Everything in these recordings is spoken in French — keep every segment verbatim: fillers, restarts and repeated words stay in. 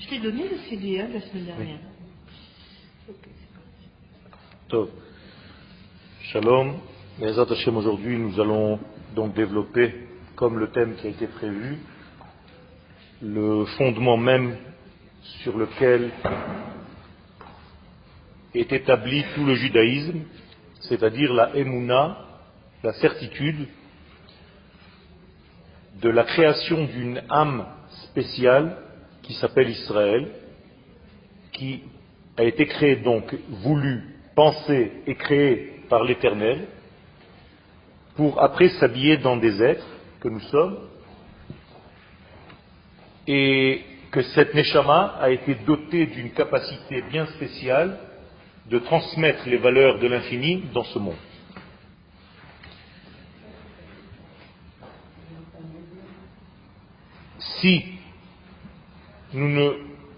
Je t'ai donné le C D A la semaine dernière. Oui. Tov. Shalom. Bezrat Hashem, aujourd'hui nous allons donc développer, comme le thème qui a été prévu, le fondement même sur lequel est établi tout le judaïsme, c'est-à-dire la émouna, la certitude de la création d'une âme spéciale qui s'appelle Israël, qui a été créée donc, voulue, pensée et créée par l'Éternel, pour après s'habiller dans des êtres que nous sommes, et que cette Neshama a été dotée d'une capacité bien spéciale de transmettre les valeurs de l'infini dans ce monde. Si nous ne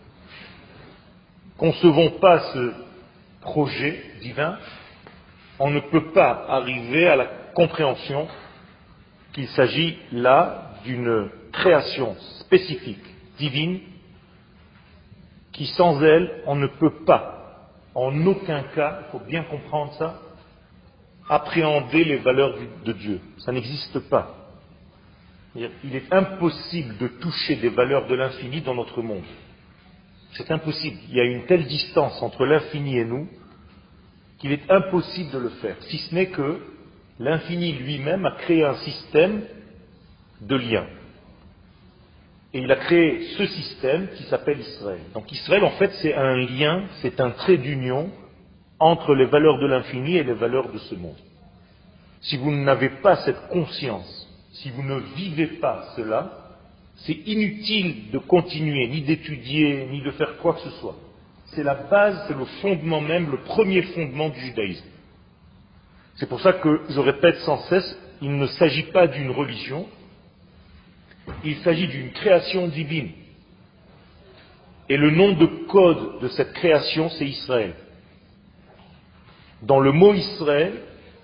concevons pas ce projet divin, on ne peut pas arriver à la compréhension qu'il s'agit là d'une création spécifique, divine, qui sans elle, on ne peut pas, en aucun cas, il faut bien comprendre ça, appréhender les valeurs de Dieu. Ça n'existe pas. Il est impossible de toucher des valeurs de l'infini dans notre monde. C'est impossible. Il y a une telle distance entre l'infini et nous qu'il est impossible de le faire, si ce n'est que l'infini lui-même a créé un système de liens. Et il a créé ce système qui s'appelle Israël. Donc Israël, en fait, c'est un lien, c'est un trait d'union entre les valeurs de l'infini et les valeurs de ce monde. Si vous n'avez pas cette conscience, si vous ne vivez pas cela, c'est inutile de continuer, ni d'étudier, ni de faire quoi que ce soit. C'est la base, c'est le fondement même, le premier fondement du judaïsme. C'est pour ça que je répète sans cesse, il ne s'agit pas d'une religion, il s'agit d'une création divine. Et le nom de code de cette création, c'est Israël. Dans le mot Israël,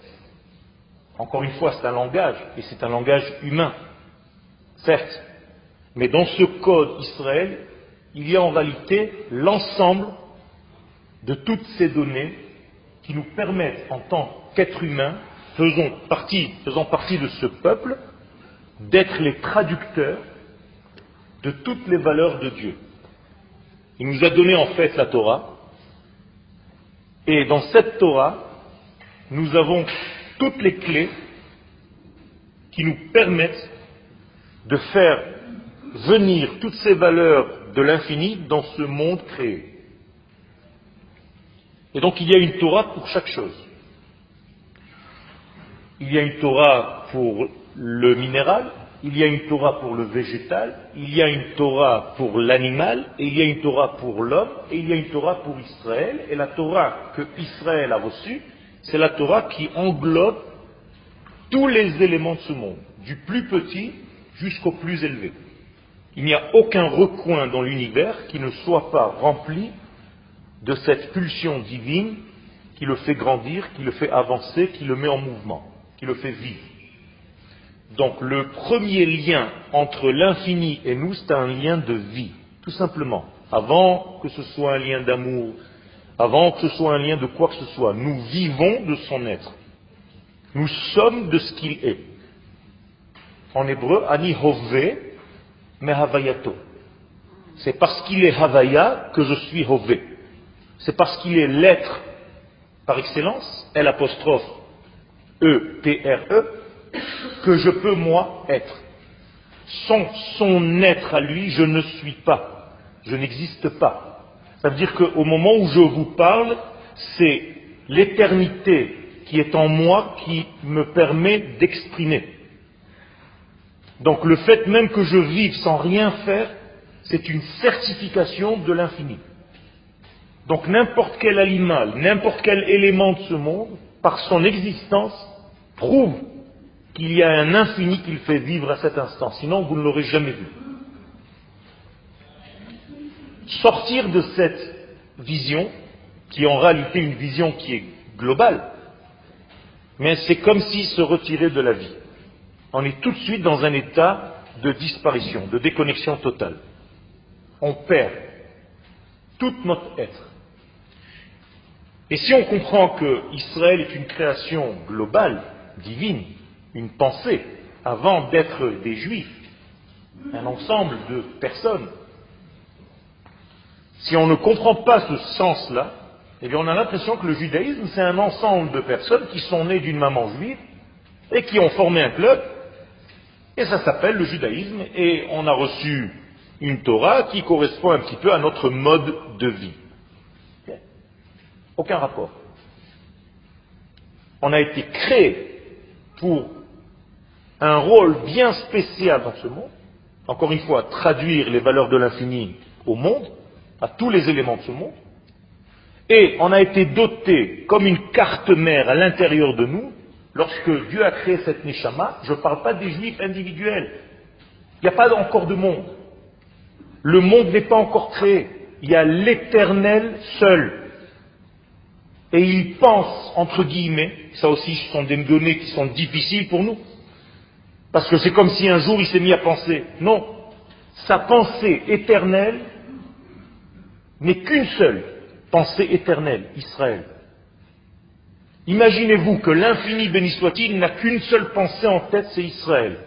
encore une fois, c'est un langage, et c'est un langage humain, certes. Mais dans ce code Israël, il y a en réalité l'ensemble de toutes ces données qui nous permettent, en tant qu'êtres humains, faisant partie, faisant partie de ce peuple, d'être les traducteurs de toutes les valeurs de Dieu. Il nous a donné en fait la Torah, et dans cette Torah, nous avons toutes les clés qui nous permettent de faire venir toutes ces valeurs de l'infini dans ce monde créé. Et donc il y a une Torah pour chaque chose. Il y a une Torah pour le minéral, il y a une Torah pour le végétal, il y a une Torah pour l'animal, et il y a une Torah pour l'homme, et il y a une Torah pour Israël. Et la Torah que Israël a reçue, c'est la Torah qui englobe tous les éléments de ce monde, du plus petit jusqu'au plus élevé. Il n'y a aucun recoin dans l'univers qui ne soit pas rempli de cette pulsion divine qui le fait grandir, qui le fait avancer, qui le met en mouvement, qui le fait vivre. Donc le premier lien entre l'infini et nous, c'est un lien de vie, tout simplement. Avant que ce soit un lien d'amour, avant que ce soit un lien de quoi que ce soit, nous vivons de son être. Nous sommes de ce qu'il est. En hébreu, ani hove me havayato. C'est parce qu'il est havaya que je suis hove. C'est parce qu'il est l'être par excellence, L apostrophe E T R E, que je peux moi être. Sans son être à lui, je ne suis pas. Je n'existe pas. Ça veut dire qu'au moment où je vous parle, c'est l'éternité qui est en moi qui me permet d'exprimer. Donc le fait même que je vive sans rien faire, c'est une certification de l'infini. Donc n'importe quel animal, n'importe quel élément de ce monde, par son existence, prouve qu'il y a un infini qui le fait vivre à cet instant. Sinon, vous ne l'aurez jamais vu. Sortir de cette vision, qui est en réalité une vision qui est globale, mais c'est comme si se retirer de la vie. On est tout de suite dans un état de disparition, de déconnexion totale. On perd tout notre être. Et si on comprend que Israël est une création globale, divine, une pensée, avant d'être des Juifs, un ensemble de personnes, si on ne comprend pas ce sens-là, eh bien on a l'impression que le judaïsme, c'est un ensemble de personnes qui sont nées d'une maman juive et qui ont formé un club, et ça s'appelle le judaïsme, et on a reçu une Torah qui correspond un petit peu à notre mode de vie. Aucun rapport. On a été créé pour un rôle bien spécial dans ce monde, encore une fois, traduire les valeurs de l'infini au monde, à tous les éléments de ce monde, et on a été doté comme une carte mère à l'intérieur de nous. Lorsque Dieu a créé cette Neshama, je ne parle pas des juifs individuels. Il n'y a pas encore de monde. Le monde n'est pas encore créé. Il y a l'Éternel seul. Et il pense, entre guillemets, ça aussi ce sont des données qui sont difficiles pour nous, parce que c'est comme si un jour il s'est mis à penser. Non, sa pensée éternelle n'est qu'une seule pensée éternelle, Israël. Imaginez-vous que l'infini, béni soit-il, n'a qu'une seule pensée en tête, c'est Israël.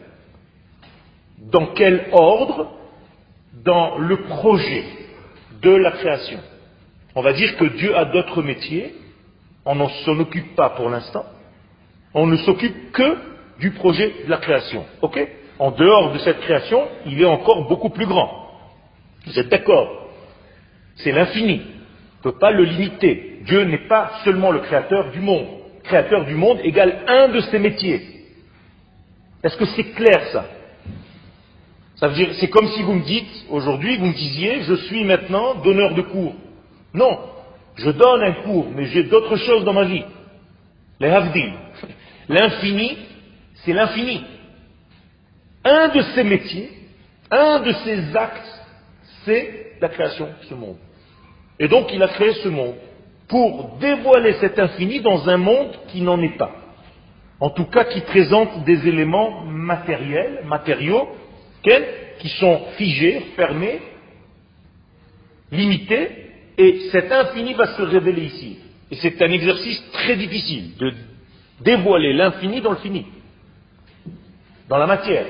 Dans quel ordre? Dans le projet de la création. On va dire que Dieu a d'autres métiers, on ne s'en occupe pas pour l'instant, on ne s'occupe que du projet de la création. Ok? En dehors de cette création, il est encore beaucoup plus grand. Vous êtes d'accord? C'est l'infini. On ne peut pas le limiter. Dieu n'est pas seulement le créateur du monde. Créateur du monde égale un de ses métiers. Est-ce que c'est clair ça? Ça veut dire, c'est comme si vous me dites, aujourd'hui, vous me disiez, je suis maintenant donneur de cours. Non, je donne un cours, mais j'ai d'autres choses dans ma vie. Les havdil. L'infini, c'est l'infini. Un de ses métiers, un de ses actes, c'est la création de ce monde. Et donc il a créé ce monde pour dévoiler cet infini dans un monde qui n'en est pas. En tout cas, qui présente des éléments matériels, matériaux, qui sont figés, fermés, limités, et cet infini va se révéler ici. Et c'est un exercice très difficile de dévoiler l'infini dans le fini, dans la matière.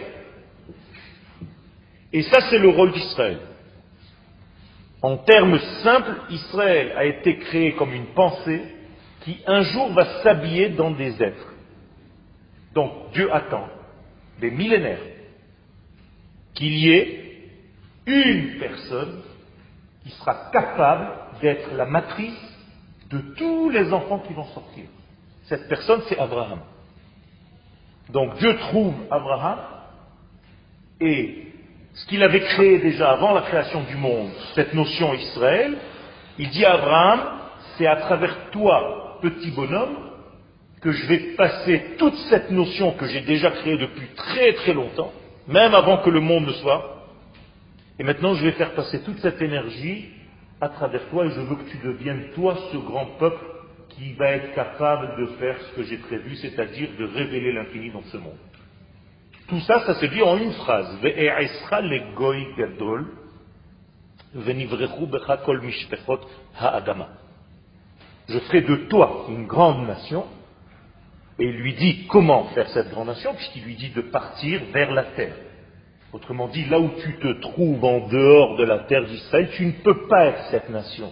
Et ça, c'est le rôle d'Israël. En termes simples, Israël a été créé comme une pensée qui un jour va s'habiller dans des êtres. Donc Dieu attend des millénaires qu'il y ait une personne qui sera capable d'être la matrice de tous les enfants qui vont sortir. Cette personne, c'est Abraham. Donc Dieu trouve Abraham, et ce qu'il avait créé déjà avant la création du monde, cette notion Israël, il dit à Abraham, c'est à travers toi, petit bonhomme, que je vais passer toute cette notion que j'ai déjà créée depuis très très longtemps, même avant que le monde ne soit, et maintenant je vais faire passer toute cette énergie à travers toi, et je veux que tu deviennes toi ce grand peuple qui va être capable de faire ce que j'ai prévu, c'est-à-dire de révéler l'infini dans ce monde. Tout ça, ça se dit en une phrase. Ve'e'escha legoy gadol, ve'nivrechu becha kol mishpechot ha'adama. Je ferai de toi une grande nation. Et il lui dit comment faire cette grande nation, puisqu'il lui dit de partir vers la terre. Autrement dit, là où tu te trouves en dehors de la terre d'Israël, tu ne peux pas être cette nation.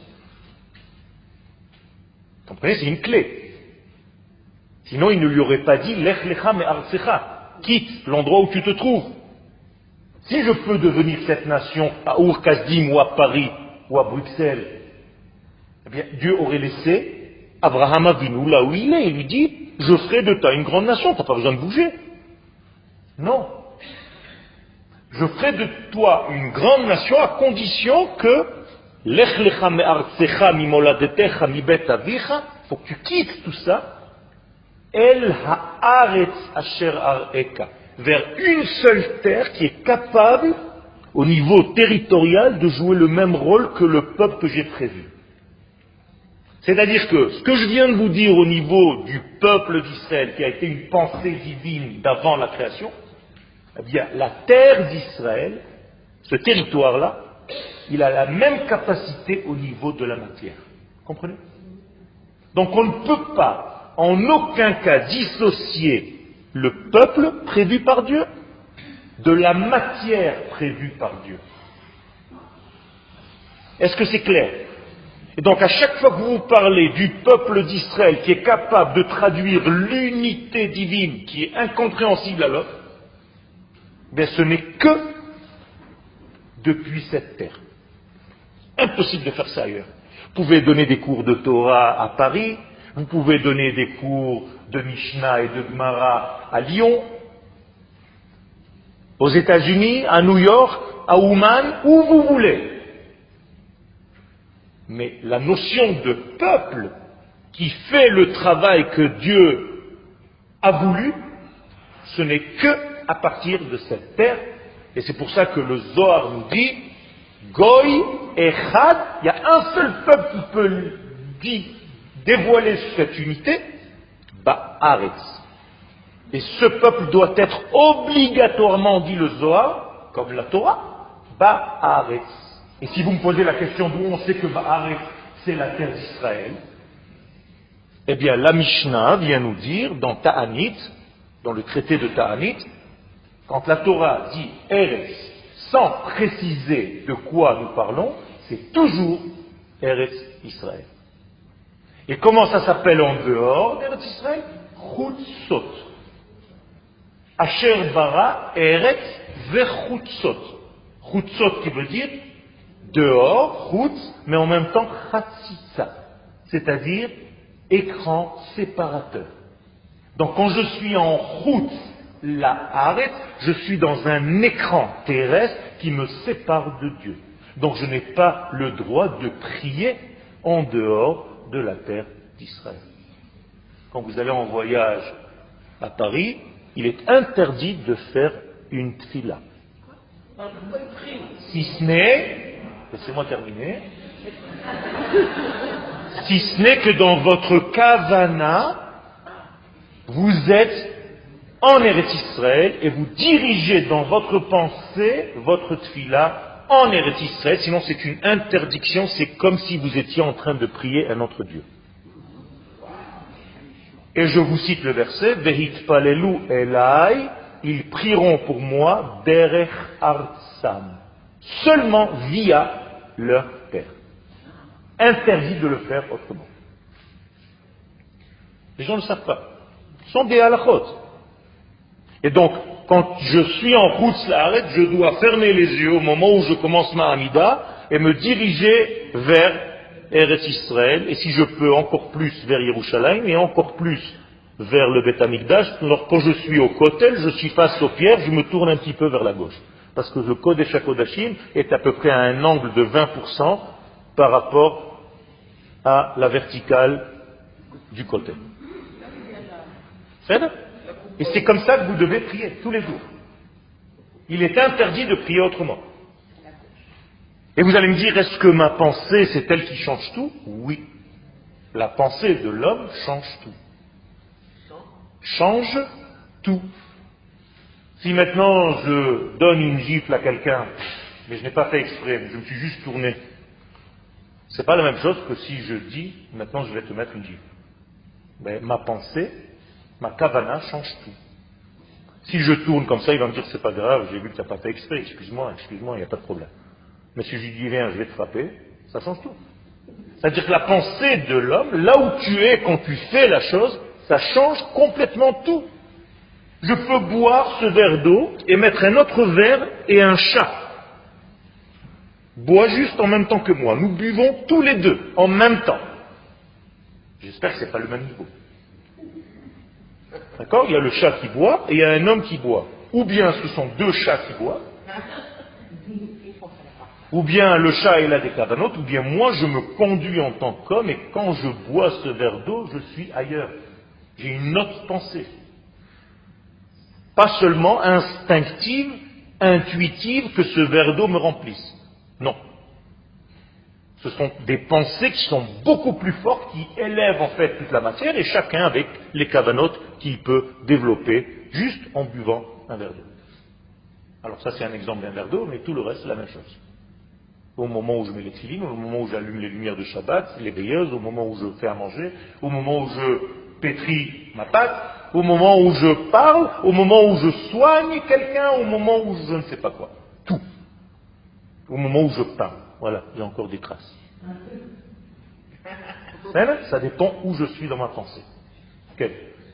Vous comprenez? C'est une clé. Sinon, il ne lui aurait pas dit Lech lecha me'artzecha. Quitte l'endroit où tu te trouves. Si je peux devenir cette nation à Ur-Kasdim ou à Paris ou à Bruxelles, eh bien, Dieu aurait laissé Abraham Avinu là où il est. Il lui dit, je ferai de toi une grande nation, tu n'as pas besoin de bouger. Non. Je ferai de toi une grande nation à condition que Lech lecha me'artzecha mimoladetecha mibet avicha, faut que tu quittes tout ça. El haaretz asher areka, vers une seule terre qui est capable, au niveau territorial, de jouer le même rôle que le peuple que j'ai prévu. C'est-à-dire que ce que je viens de vous dire au niveau du peuple d'Israël, qui a été une pensée divine d'avant la création, eh bien, la terre d'Israël, ce territoire-là, il a la même capacité au niveau de la matière. Comprenez? Donc on ne peut pas, en aucun cas, dissocier le peuple prévu par Dieu de la matière prévue par Dieu. Est-ce que c'est clair? Et donc à chaque fois que vous parlez du peuple d'Israël qui est capable de traduire l'unité divine qui est incompréhensible à l'autre, ben ce n'est que depuis cette terre. Impossible de faire ça ailleurs. Vous pouvez donner des cours de Torah à Paris, vous pouvez donner des cours de Mishnah et de Gemara à Lyon, aux États-Unis, à New York, à Ouman, où vous voulez. Mais la notion de peuple qui fait le travail que Dieu a voulu, ce n'est que à partir de cette terre. Et c'est pour ça que le Zohar nous dit Goy Echad, il y a un seul peuple qui peut dire, dévoiler cette unité, Ba'aretz. Et ce peuple doit être obligatoirement, dit le Zohar, comme la Torah, Ba'aretz. Et si vous me posez la question d'où on sait que Ba'aretz, c'est la terre d'Israël, eh bien la Mishnah vient nous dire dans Ta'anit, dans le traité de Ta'anit, quand la Torah dit Eretz, sans préciser de quoi nous parlons, c'est toujours Eretz Israël. Et comment ça s'appelle en dehors d'Eretz Israël? Chutzot. Asher bara Eretz vechutzot. Chutzot qui veut dire dehors, chutz, mais en même temps chatzitza, c'est-à-dire écran séparateur. Donc quand je suis en chutz, la Haaretz, je suis dans un écran terrestre qui me sépare de Dieu. Donc je n'ai pas le droit de prier en dehors de la terre d'Israël. Quand vous allez en voyage à Paris, il est interdit de faire une tfila. Si ce n'est, laissez-moi terminer, si ce n'est que dans votre kavana, vous êtes en Eretz Israël et vous dirigez dans votre pensée votre tfila en Eretz Israël, sinon c'est une interdiction, c'est comme si vous étiez en train de prier un autre Dieu. Et je vous cite le verset, Vehitpalelu elai, ils prieront pour moi derech artsam, seulement via leur terre. Interdit de le faire autrement. Les gens ne le savent pas. Ce sont des halachot. Et donc, quand je suis en route la'aret, je dois fermer les yeux au moment où je commence ma Hamida et me diriger vers Eretz Israël, et si je peux encore plus vers Yerushalayim et encore plus vers le Beth Amikdash. Alors quand je suis au Kotel, je suis face aux pierres, je me tourne un petit peu vers la gauche. Parce que le Kodesh HaKodashim est à peu près à un angle de vingt pour cent par rapport à la verticale du Kotel. C'est ça? Et c'est comme ça que vous devez prier tous les jours. Il est interdit de prier autrement. Et vous allez me dire, est-ce que ma pensée, c'est elle qui change tout? Oui. La pensée de l'homme change tout. Change tout. Si maintenant je donne une gifle à quelqu'un, mais je n'ai pas fait exprès, je me suis juste tourné, c'est pas la même chose que si je dis, maintenant je vais te mettre une gifle. Mais ma pensée, ma kavana change tout. Si je tourne comme ça, il va me dire, c'est pas grave, j'ai vu que tu n'as pas fait exprès, excuse-moi, excuse-moi, il n'y a pas de problème. Mais si je lui dis, viens, je vais te frapper, ça change tout. C'est-à-dire que la pensée de l'homme, là où tu es quand tu fais la chose, ça change complètement tout. Je peux boire ce verre d'eau et mettre un autre verre et un chat. Bois juste en même temps que moi. Nous buvons tous les deux en même temps. J'espère que ce n'est pas le même niveau. D'accord? Il y a le chat qui boit et il y a un homme qui boit. Ou bien ce sont deux chats qui boivent, ou bien le chat il a des cavanotes, ou bien moi je me conduis en tant qu'homme et quand je bois ce verre d'eau, je suis ailleurs. J'ai une autre pensée. Pas seulement instinctive, intuitive, que ce verre d'eau me remplisse. Non. Ce sont des pensées qui sont beaucoup plus fortes, qui élèvent en fait toute la matière, et chacun avec les cavanotes qu'il peut développer juste en buvant un verre d'eau. Alors ça c'est un exemple d'un verre d'eau, mais tout le reste c'est la même chose. Au moment où je mets les filines, au moment où j'allume les lumières de Shabbat, les veilleuses, au moment où je fais à manger, au moment où je pétris ma pâte, au moment où je parle, au moment où je soigne quelqu'un, au moment où je ne sais pas quoi. Tout. Au moment où je peins. Voilà, il y a encore des traces. Ça dépend où je suis dans ma pensée. Okay.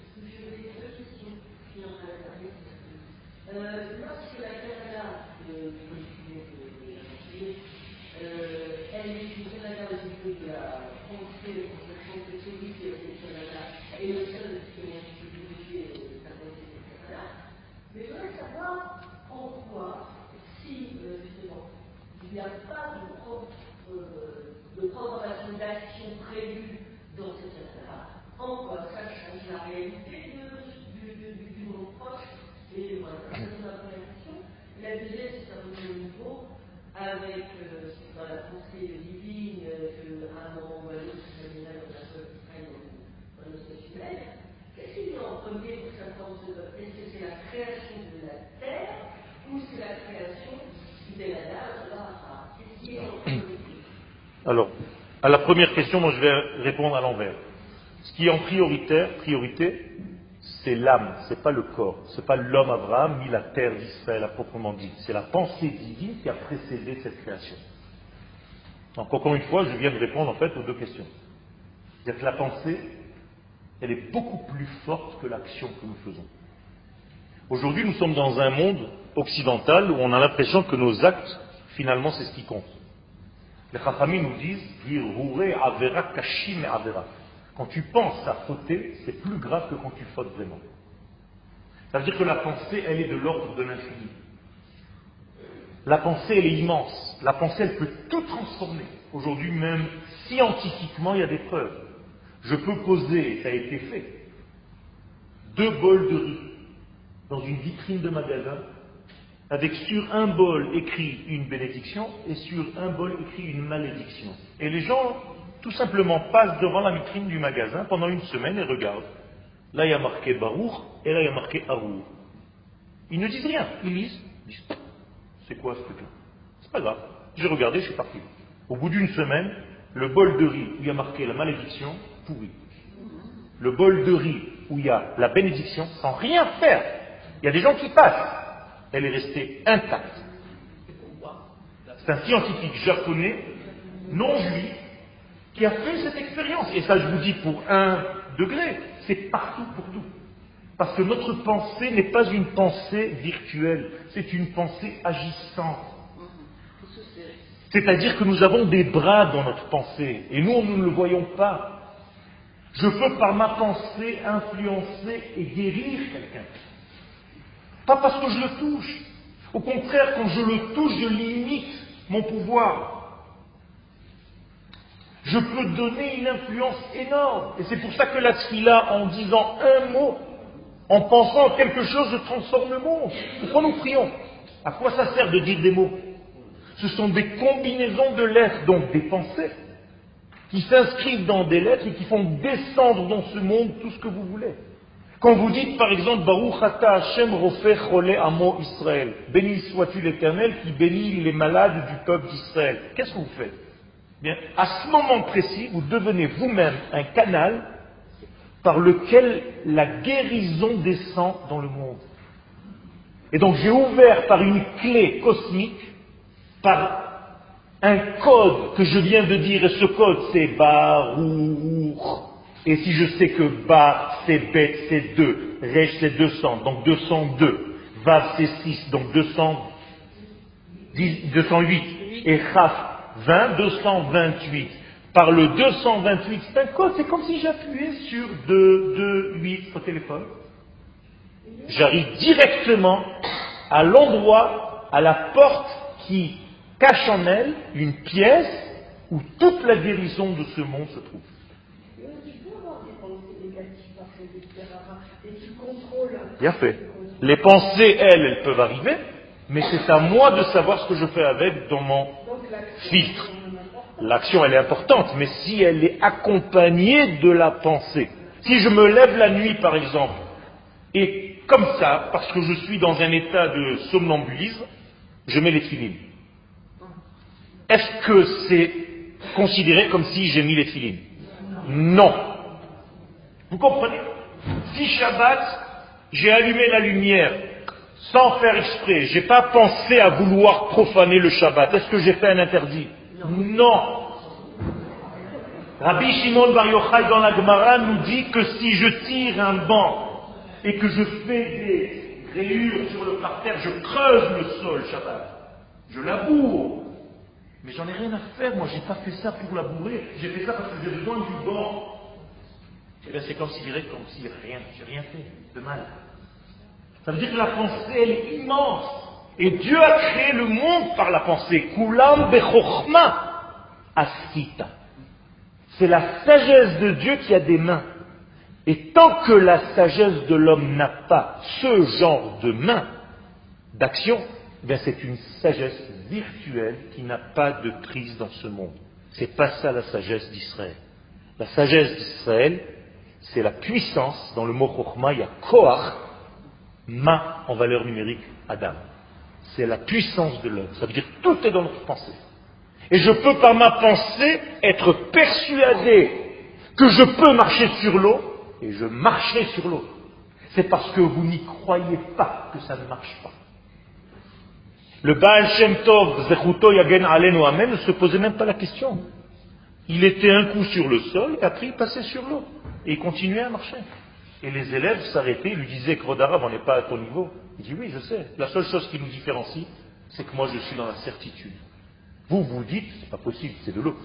Mais je voudrais savoir en quoi, si euh, justement il n'y a pas de, pro, euh, de programmation d'action prévue dans cette état-là, en quoi ça change la réalité de, du, du, du monde proche. Et voilà, ça c'est ma première question. La deuxième, c'est un peu nouveau, avec euh, dans la pensée divine, euh, qu'à un moment ou à l'autre, ça vient dans la dans notre humaine. Qu'est-ce qu'il y a en premier pour savoir est-ce que c'est la création de la terre ou c'est la création de la terre? Qu'est-ce qui est en premier? Alors, à la première question, moi je vais répondre à l'envers. Ce qui est en prioritaire, priorité, c'est l'âme, c'est pas le corps, c'est pas l'homme Abraham ni la terre d'Israël à proprement dit. C'est la pensée divine qui a précédé cette création. Donc encore une fois, je viens de répondre en fait aux deux questions. C'est-à-dire que la pensée, elle est beaucoup plus forte que l'action que nous faisons. Aujourd'hui, nous sommes dans un monde occidental où on a l'impression que nos actes, finalement, c'est ce qui compte. Les Chachamim nous disent Hirure avera kashim avera. Quand tu penses à fauter, c'est plus grave que quand tu fautes vraiment. Ça veut dire que la pensée, elle est de l'ordre de l'infini. La pensée, elle est immense. La pensée, elle peut tout transformer. Aujourd'hui, même scientifiquement, il y a des preuves. Je peux poser, ça a été fait, deux bols de riz dans une vitrine de magasin, avec sur un bol écrit une bénédiction et sur un bol écrit une malédiction. Et les gens, tout simplement, passent devant la vitrine du magasin pendant une semaine et regardent. Là, il y a marqué Baruch et là, il y a marqué Arour. Ils ne disent rien. Ils lisent. Ils disent, c'est quoi ce truc-là? C'est pas grave. J'ai regardé, je suis parti. Au bout d'une semaine, le bol de riz où il y a marqué la malédiction, pourri. Le bol de riz où il y a la bénédiction, sans rien faire. Il y a des gens qui passent. Elle est restée intacte. C'est un scientifique japonais, non juif, qui a fait cette expérience. Et ça, je vous dis, pour un degré, c'est partout pour tout. Parce que notre pensée n'est pas une pensée virtuelle, c'est une pensée agissante. C'est-à-dire que nous avons des bras dans notre pensée, et nous, nous ne le voyons pas. Je peux, par ma pensée, influencer et guérir quelqu'un. Pas parce que je le touche. Au contraire, quand je le touche, je limite mon pouvoir. Je peux donner une influence énorme. Et c'est pour ça que la tfila, en disant un mot, en pensant à quelque chose, je transforme le monde. Pourquoi nous prions? À quoi ça sert de dire des mots? Ce sont des combinaisons de lettres, donc des pensées, qui s'inscrivent dans des lettres et qui font descendre dans ce monde tout ce que vous voulez. Quand vous dites par exemple Baruch Ata Hashem Rofeh Choleh Amo Israël, béni sois-tu l'Éternel qui bénit les malades du peuple d'Israël, qu'est-ce que vous faites? Bien, à ce moment précis, vous devenez vous-même un canal par lequel la guérison descend dans le monde. Et donc j'ai ouvert par une clé cosmique, par un code que je viens de dire, et ce code c'est Baruch. Et si je sais que Bar c'est Bet c'est deux, Resh c'est deux cents, donc deux cent deux, Vav c'est six, donc deux cent dix, deux cent huit, et Chaf vingt, deux cent vingt-huit. Par le deux cent vingt-huit, c'est un code, c'est comme si j'appuyais sur deux deux huit au téléphone. J'arrive directement à l'endroit, à la porte qui cache en elle une pièce où toute la guérison de ce monde se trouve. Bien fait. Les pensées, elles, elles peuvent arriver, mais c'est à moi de savoir ce que je fais avec dans mon filtre. L'action, elle est importante, mais si elle est accompagnée de la pensée. Si je me lève la nuit, par exemple, et comme ça, parce que je suis dans un état de somnambulisme, je mets les filines. est-ce que c'est considéré comme si j'ai mis les filines? Non. Vous comprenez? Si Shabbat, j'ai allumé la lumière sans faire exprès, j'ai pas pensé à vouloir profaner le Shabbat, est-ce que j'ai fait un interdit? Non. Rabbi Shimon Bar Yochai dans la Gemara nous dit que si je tire un banc et que je fais des rayures sur le parterre, je creuse le sol Shabbat, je laboure. Mais j'en ai rien à faire, moi j'ai pas fait ça pour labourer, j'ai fait ça parce que j'ai besoin du banc. Et bien c'est considéré comme si rien, j'ai rien fait de mal. Ça veut dire que la pensée elle est immense. Et Dieu a créé le monde par la pensée. Kulam bechokhma asita. C'est la sagesse de Dieu qui a des mains. Et tant que la sagesse de l'homme n'a pas ce genre de mains, d'action, eh bien c'est une sagesse virtuelle qui n'a pas de prise dans ce monde. C'est pas ça la sagesse d'Israël. La sagesse d'Israël, c'est la puissance, dans le mot Chokhmah, il y a Koach, Ma en valeur numérique, Adam. C'est la puissance de l'homme. Ça veut dire que tout est dans notre pensée. Et je peux par ma pensée être persuadé que je peux marcher sur l'eau, et je marcherai sur l'eau. C'est parce que vous n'y croyez pas que ça ne marche pas. Le Baal Shem Tov, Zechuto Yagen Alenu Amen, ne se posait même pas la question. Il était un coup sur le sol, et après il passait sur l'eau. Et il continuait à marcher. Et les élèves s'arrêtaient, ils lui disaient, Kvod Arav, on n'est pas à ton niveau. Il dit, oui, je sais. La seule chose qui nous différencie, c'est que moi je suis dans la certitude. Vous, vous dites, c'est pas possible, c'est de l'eau.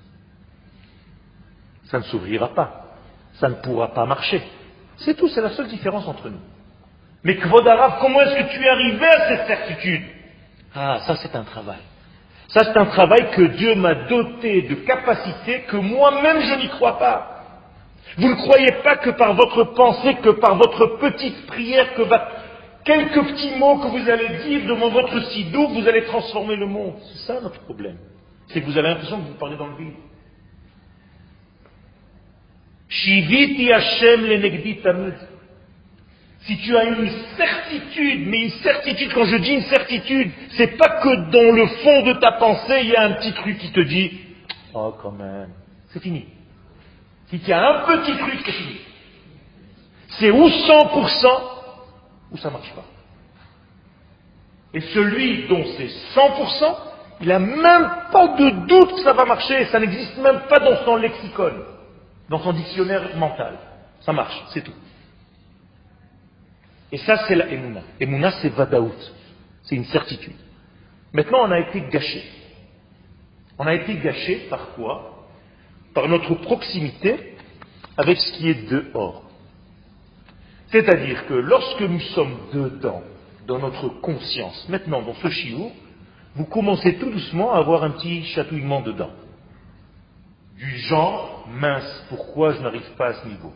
Ça ne s'ouvrira pas. Ça ne pourra pas marcher. C'est tout, c'est la seule différence entre nous. Mais Kvod Arav, comment est-ce que tu es arrivé à cette certitude? Ah, ça c'est un travail. Ça c'est un travail que Dieu m'a doté de capacités que moi-même je n'y crois pas. Vous ne croyez pas que par votre pensée, que par votre petite prière, que par quelques petits mots que vous allez dire devant votre sidou, vous allez transformer le monde. C'est ça notre problème. C'est que vous avez l'impression que vous parlez dans le vide. Shiviti Hashem lenegdi tamid. Si tu as une certitude, mais une certitude, quand je dis une certitude, c'est pas que dans le fond de ta pensée, il y a un petit truc qui te dit, oh quand même, c'est fini. Si tu as un petit truc, c'est fini. C'est ou cent pour cent, ou ça ne marche pas. Et celui dont c'est cent pour cent, il n'a même pas de doute que ça va marcher, ça n'existe même pas dans son lexicon, dans son dictionnaire mental. Ça marche, c'est tout. Et ça, c'est la Emouna. Emouna, c'est Vadaout. C'est une certitude. Maintenant, on a été gâché. On a été gâché par quoi? Par notre proximité avec ce qui est dehors. C'est-à-dire que lorsque nous sommes dedans, dans notre conscience, maintenant dans ce chiour, vous commencez tout doucement à avoir un petit chatouillement dedans. Du genre, mince, pourquoi je n'arrive pas à ce niveau?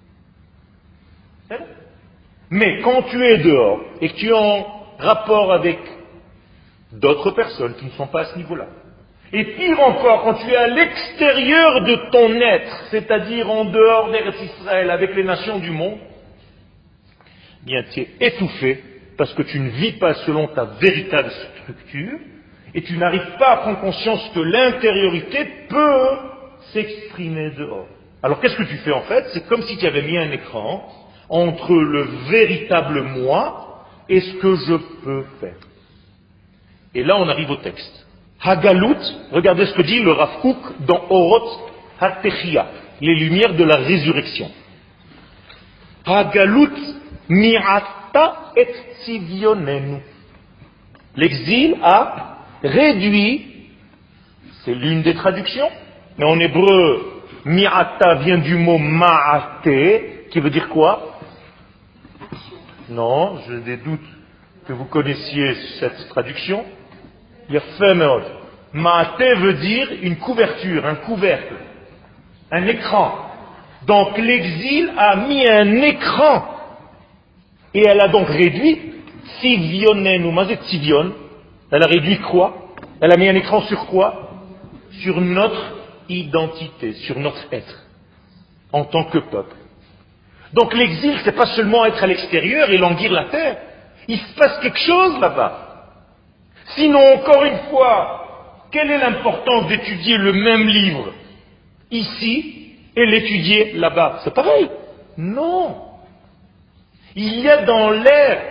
Mais quand tu es dehors et que tu es en rapport avec d'autres personnes qui ne sont pas à ce niveau-là, et pire encore, quand tu es à l'extérieur de ton être, c'est-à-dire en dehors d'Eretz Israël, avec les nations du monde, bien tu es étouffé parce que tu ne vis pas selon ta véritable structure et tu n'arrives pas à prendre conscience que l'intériorité peut s'exprimer dehors. Alors qu'est-ce que tu fais en fait? C'est comme si tu avais mis un écran entre le véritable moi et ce que je peux faire. Et là on arrive au texte. Hagalut, regardez ce que dit le Rav Kook dans Orot HaTechia, les lumières de la résurrection. Hagalut mi'ata et tzivionenu. L'exil a réduit, c'est l'une des traductions, mais en hébreu, mi'ata vient du mot ma'ate, qui veut dire quoi? Non, j'ai des doutes que vous connaissiez cette traduction. Yafemeod. Ma'ate veut dire une couverture, un couvercle, un écran. Donc l'exil a mis un écran et elle a donc réduit Tzivionenu. Mazet Tzivion. Elle a réduit quoi? Elle a mis un écran sur quoi? Sur notre identité, sur notre être, en tant que peuple. Donc l'exil, c'est pas seulement être à l'extérieur et languir la terre. Il se passe quelque chose là-bas. Sinon, encore une fois, Quelle est l'importance d'étudier le même livre ici et l'étudier là-bas? C'est pareil. Non. Il y a dans l'air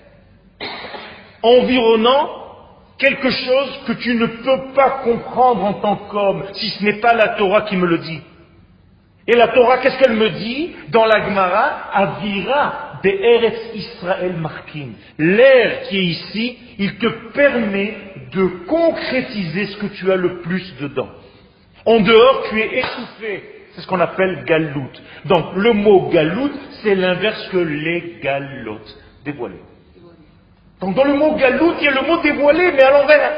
environnant quelque chose que tu ne peux pas comprendre en tant qu'homme, si ce n'est pas la Torah qui me le dit. Et la Torah, qu'est-ce qu'elle me dit dans la Gemara? Avira be'eretz Israël markim. L'air qui est ici, il te permet de concrétiser ce que tu as le plus dedans. En dehors, tu es étouffé. C'est ce qu'on appelle galout. Donc, le mot galout, c'est l'inverse que les galotes, dévoilé. Donc, dans le mot galout, il y a le mot dévoilé, mais à l'envers.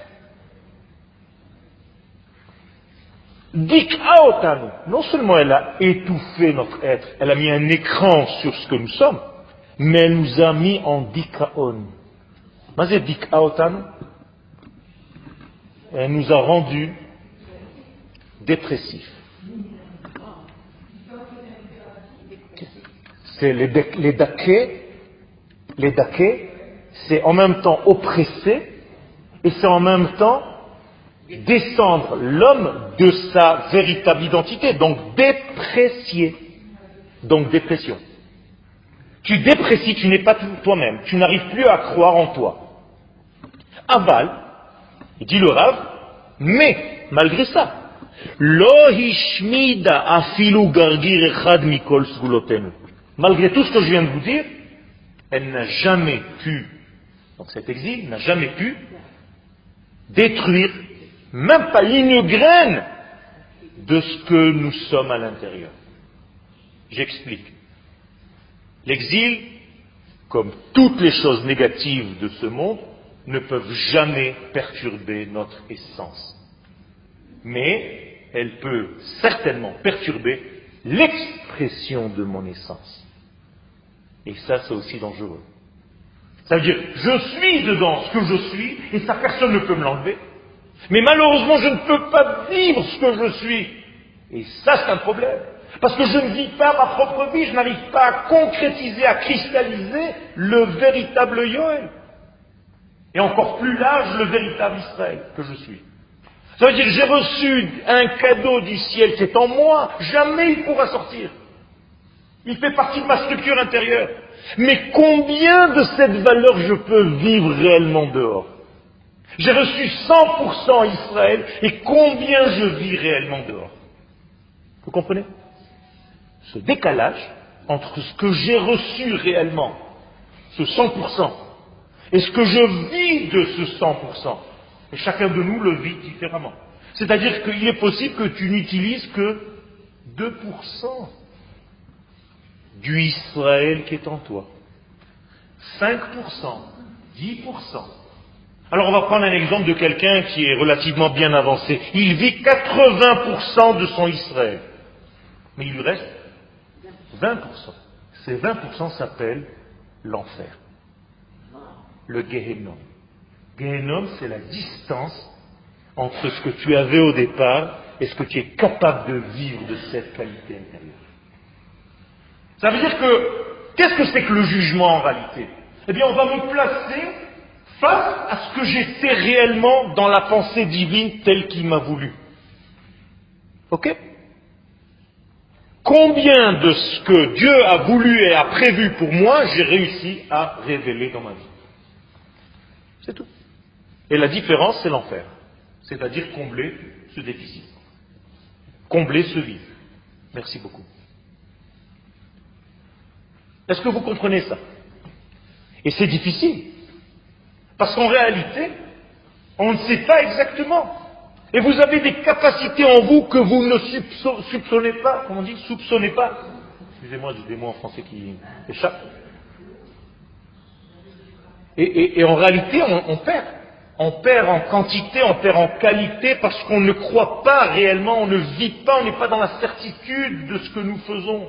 Dik'aotanu. Non seulement elle a étouffé notre être, elle a mis un écran sur ce que nous sommes, mais elle nous a mis en dikaon. Mazé dik'aotanu. Elle nous a rendus dépressifs. C'est les, les daquets, les daquets, c'est en même temps oppressé et c'est en même temps descendre l'homme de sa véritable identité, donc déprécier, donc dépression. Tu déprécies, tu n'es pas toi-même, tu n'arrives plus à croire en toi. Aval, dit le Rav, mais malgré ça, lo hishmida afilu gargir echad mikol sgulotenu. Malgré tout ce que je viens de vous dire, elle n'a jamais pu, donc cet exil n'a jamais pu détruire même pas une graine de ce que nous sommes à l'intérieur. J'explique. L'exil, comme toutes les choses négatives de ce monde, ne peuvent jamais perturber notre essence. Mais elle peut certainement perturber l'expression de mon essence. Et ça, c'est aussi dangereux. Ça veut dire, je suis dedans ce que je suis, et ça, personne ne peut me l'enlever. Mais malheureusement, je ne peux pas vivre ce que je suis. Et ça, c'est un problème. Parce que je ne vis pas ma propre vie, je n'arrive pas à concrétiser, à cristalliser le véritable Yoel. Et encore plus large, le véritable Israël que je suis. Ça veut dire que j'ai reçu un cadeau du ciel qui est en moi, jamais il pourra sortir. Il fait partie de ma structure intérieure. Mais combien de cette valeur je peux vivre réellement dehors? J'ai reçu cent pour cent Israël, et combien je vis réellement dehors? Vous comprenez? Ce décalage entre ce que j'ai reçu réellement, ce cent pour cent, et ce que je vis de ce cent pour cent. Et chacun de nous le vit différemment. C'est-à-dire qu'il est possible que tu n'utilises que deux pour cent du Israël qui est en toi. cinq pour cent, dix pour cent. Alors on va prendre un exemple de quelqu'un qui est relativement bien avancé. Il vit quatre-vingts pour cent de son Israël. Mais il lui reste vingt pour cent. Ces vingt pour cent s'appellent l'enfer. Le Gehenom. Gehenom, c'est la distance entre ce que tu avais au départ et ce que tu es capable de vivre de cette qualité intérieure. Ça veut dire que, qu'est-ce que c'est que le jugement en réalité? Eh bien, on va me placer face à ce que j'étais réellement dans la pensée divine telle qu'il m'a voulu. Ok? Combien de ce que Dieu a voulu et a prévu pour moi, j'ai réussi à révéler dans ma vie? C'est tout. Et la différence, c'est l'enfer. C'est-à-dire combler ce déficit. Combler ce vide. Merci beaucoup. Est-ce que vous comprenez ça? Et c'est difficile. Parce qu'en réalité, on ne sait pas exactement. Et vous avez des capacités en vous que vous ne soupçonnez pas. Comment on dit? Soupçonnez pas. Excusez-moi, j'ai des mots en français qui échappent. Et, et, et en réalité, on, on perd. On perd en quantité, on perd en qualité parce qu'on ne croit pas réellement, on ne vit pas, on n'est pas dans la certitude de ce que nous faisons.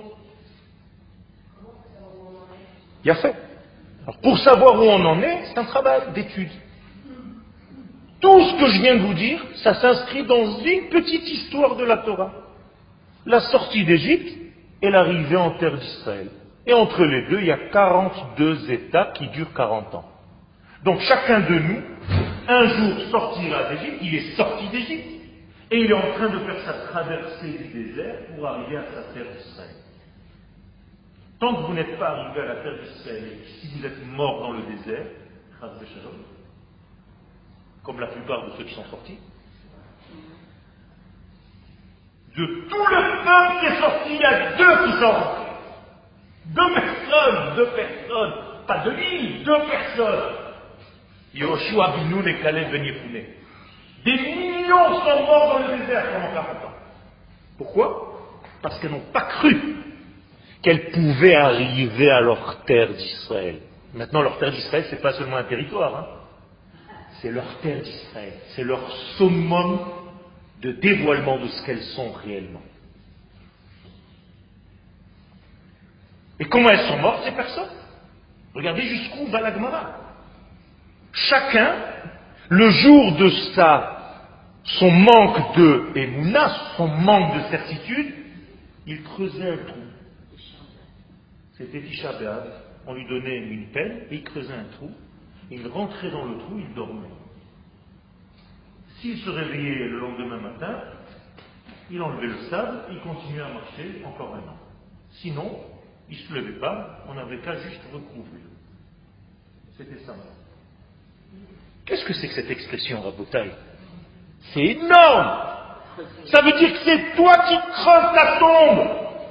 Il y a fait. Alors, pour savoir où on en est, c'est un travail d'étude. Tout ce que je viens de vous dire, ça s'inscrit dans une petite histoire de la Torah. La sortie d'Égypte et l'arrivée en terre d'Israël. Et entre les deux, il y a quarante-deux étapes qui durent quarante ans. Donc chacun de nous un jour sortira d'Égypte, il est sorti d'Égypte, et il est en train de faire sa traversée du désert pour arriver à sa terre d'Israël. Tant que vous n'êtes pas arrivé à la terre d'Israël, et si vous êtes mort dans le désert, comme la plupart de ceux qui sont sortis, de tout le peuple qui est sorti, il y a deux qui sont rentrés. Deux personnes, deux personnes, pas de l'île, deux personnes. Yoshua bin Nun et Caleb ben Yefuneh. Des millions sont morts dans le désert pendant quarante ans. Pourquoi? Parce qu'elles n'ont pas cru qu'elles pouvaient arriver à leur terre d'Israël. Maintenant, leur terre d'Israël, ce n'est pas seulement un territoire, hein. C'est leur terre d'Israël. C'est leur summum de dévoilement de ce qu'elles sont réellement. Et comment elles sont mortes, ces personnes? Regardez jusqu'où va la Gemara. Chacun, le jour de sa, son manque de émouna, son manque de certitude, il creusait un trou. C'était Tisha B'Av, on lui donnait une pelle et il creusait un trou. Il rentrait dans le trou, il dormait. S'il se réveillait le lendemain matin, il enlevait le sable, il continuait à marcher encore un an. Sinon, il ne se levait pas, on n'avait qu'à juste recouvrir. C'était ça. Qu'est-ce que c'est que cette expression, Rabotaï? C'est énorme! Ça veut dire que c'est toi qui creuses ta tombe!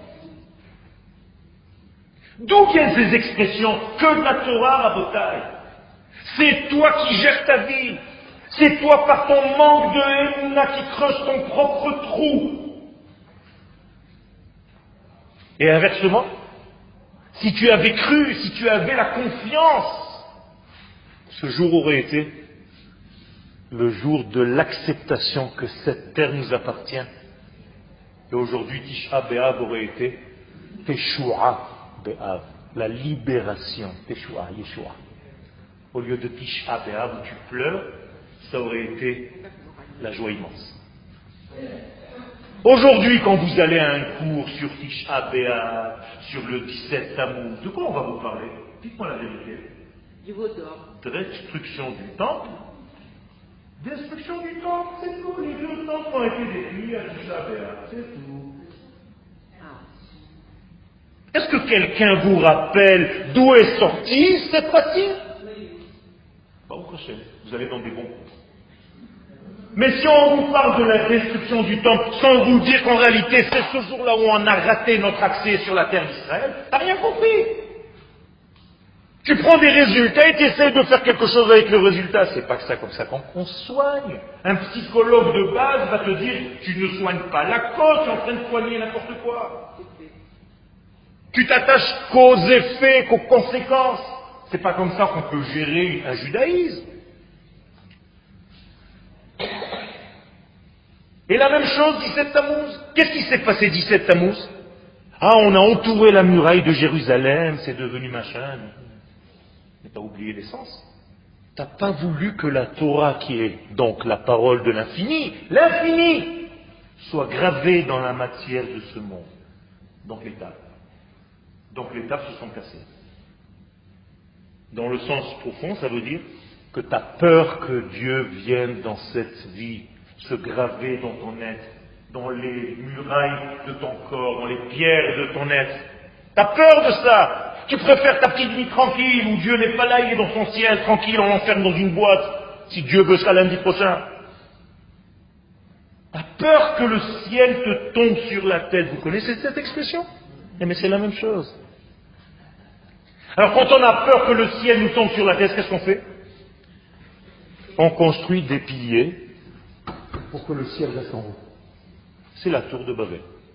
D'où viennent ces expressions? Que de la Torah, Rabotaï! C'est toi qui gères ta vie! C'est toi par ton manque de Emouna qui creuse ton propre trou! Et inversement, si tu avais cru, si tu avais la confiance, ce jour aurait été le jour de l'acceptation que cette terre nous appartient. Et aujourd'hui, Tisha B'Av aurait été Teshua B'Av, la libération, Teshua, Yeshua. Au lieu de Tisha B'Av où tu pleures, ça aurait été la joie immense. Aujourd'hui, quand vous allez à un cours sur Tisha B'Av, sur le dix-sept Tammuz, de quoi on va vous parler? Dites-moi la vérité. Du veau d'or. De destruction du temple. Destruction du temple, c'est tout. Les deux temples ont été détruits à Tisha B'Av, c'est tout. Est-ce que quelqu'un vous rappelle d'où est sortie cette partie? Bah, au prochain, vous allez dans des bons cours. Mais si on vous parle de la destruction du temple sans vous dire qu'en réalité c'est ce jour-là où on a raté notre accès sur la terre d'Israël, t'as rien compris. Tu prends des résultats et tu essaies de faire quelque chose avec le résultat. C'est pas que ça comme ça qu'on soigne. Un psychologue de base va te dire tu ne soignes pas la cause, tu es en train de soigner n'importe quoi. Tu t'attaches qu'aux effets, qu'aux conséquences. C'est pas comme ça qu'on peut gérer un judaïsme. Et la même chose, dix-sept Tammuz. Qu'est-ce qui s'est passé dix-sept Tammuz? Ah, on a entouré la muraille de Jérusalem, c'est devenu machin. Mais t'as oublié l'essence. T'as pas voulu que la Torah, qui est donc la parole de l'infini, l'infini, soit gravée dans la matière de ce monde. Donc les tables. Donc les tables se sont cassées. Dans le sens profond, ça veut dire que tu as peur que Dieu vienne dans cette vie se graver dans ton être, dans les murailles de ton corps, dans les pierres de ton être. Tu as peur de ça. Tu préfères ta petite vie tranquille où Dieu n'est pas là, il est dans son ciel, tranquille, on l'enferme dans une boîte, si Dieu veut sera lundi prochain. Tu as peur que le ciel te tombe sur la tête. Vous connaissez cette expression? Eh mais c'est la même chose. Alors quand on a peur que le ciel nous tombe sur la tête, qu'est-ce qu'on fait? On construit des piliers pour que le ciel reste en haut. C'est la tour de Babel.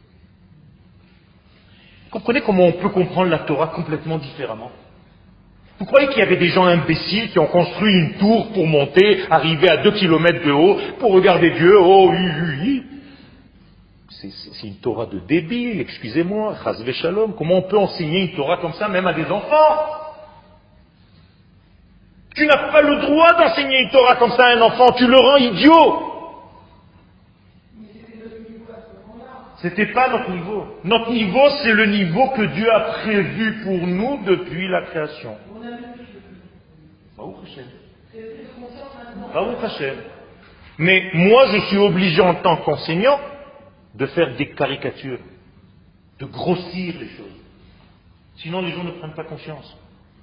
Vous comprenez comment on peut comprendre la Torah complètement différemment? Vous croyez qu'il y avait des gens imbéciles qui ont construit une tour pour monter, arriver à deux kilomètres de haut, pour regarder Dieu, oh, oui, oui, oui. C'est, c'est, c'est une Torah de débile, excusez-moi, chas v'shalom. Comment on peut enseigner une Torah comme ça, même à des enfants? Tu n'as pas le droit d'enseigner une Torah comme ça à un enfant, tu le rends idiot. C'était pas notre niveau. Notre niveau, c'est le niveau que Dieu a prévu pour nous depuis la création. Baruch Hashem. Mais moi, je suis obligé en tant qu'enseignant de faire des caricatures, de grossir les choses. Sinon, les gens ne prennent pas conscience.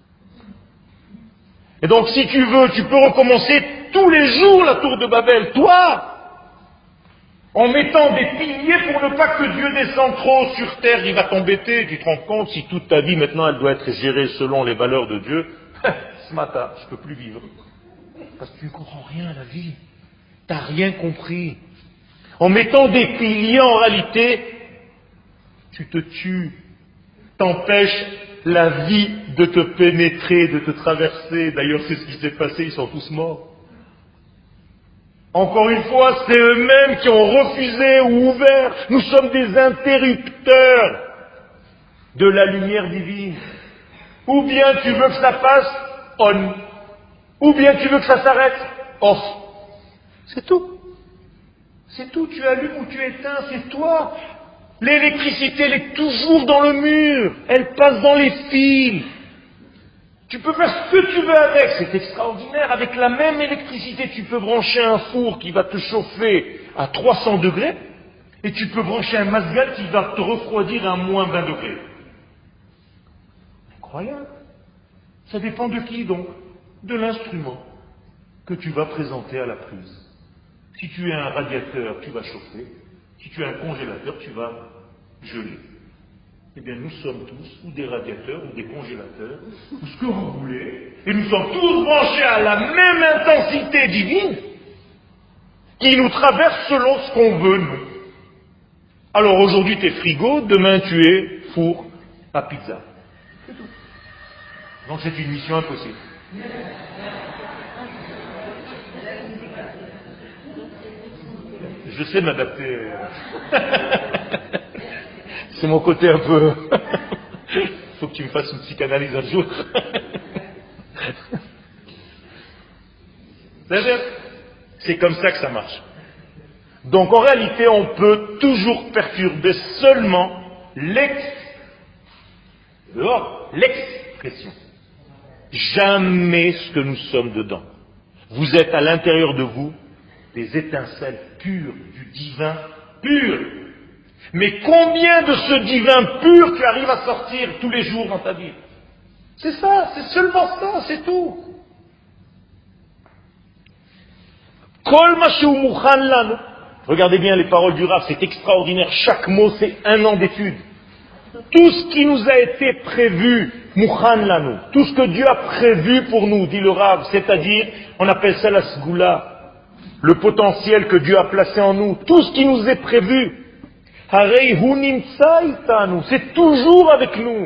Et donc, si tu veux, tu peux recommencer tous les jours la tour de Babel, toi, en mettant des piliers pour ne pas que Dieu descende trop sur terre, il va t'embêter. Tu te rends compte, si toute ta vie maintenant elle doit être gérée selon les valeurs de Dieu, ce matin, je ne peux plus vivre. Parce que tu ne comprends rien à la vie. Tu n'as rien compris. En mettant des piliers, en réalité, tu te tues. T'empêches la vie de te pénétrer, de te traverser. D'ailleurs, c'est ce qui s'est passé, ils sont tous morts. Encore une fois, c'est eux-mêmes qui ont refusé ou ouvert. Nous sommes des interrupteurs de la lumière divine. Ou bien tu veux que ça passe, on. Ou bien tu veux que ça s'arrête, off. C'est tout. C'est tout. Tu allumes ou tu éteins, c'est toi. L'électricité, elle est toujours dans le mur. Elle passe dans les fils. Tu peux faire ce que tu veux avec, c'est extraordinaire. Avec la même électricité, tu peux brancher un four qui va te chauffer à trois cents degrés et tu peux brancher un mazgal qui va te refroidir à moins vingt degrés. Incroyable. Ça dépend de qui donc? De l'instrument que tu vas présenter à la prise. Si tu es un radiateur, tu vas chauffer. Si tu es un congélateur, tu vas geler. Eh bien, nous sommes tous ou des radiateurs ou des congélateurs, ou ce que vous voulez, et nous sommes tous branchés à la même intensité divine qui nous traverse selon ce qu'on veut, nous. Alors aujourd'hui, tu es frigo, demain tu es four à pizza. C'est tout. Donc c'est une mission impossible. Je sais m'adapter. C'est mon côté un peu... Faut que tu me fasses une psychanalyse un jour. C'est comme ça que ça marche. Donc en réalité, on peut toujours perturber seulement l'ex... dehors, l'expression. Jamais ce que nous sommes dedans. Vous êtes à l'intérieur de vous des étincelles pures du divin pur. Mais combien de ce divin pur tu arrives à sortir tous les jours dans ta vie? C'est ça, c'est seulement ça, c'est tout. Kol ma shu mukhan lanu. Regardez bien les paroles du Rav, c'est extraordinaire. Chaque mot, c'est un an d'étude. Tout ce qui nous a été prévu, mukhan lanu, tout ce que Dieu a prévu pour nous, dit le Rav, c'est-à-dire, on appelle ça la sgoula, le potentiel que Dieu a placé en nous, tout ce qui nous est prévu. C'est toujours avec nous.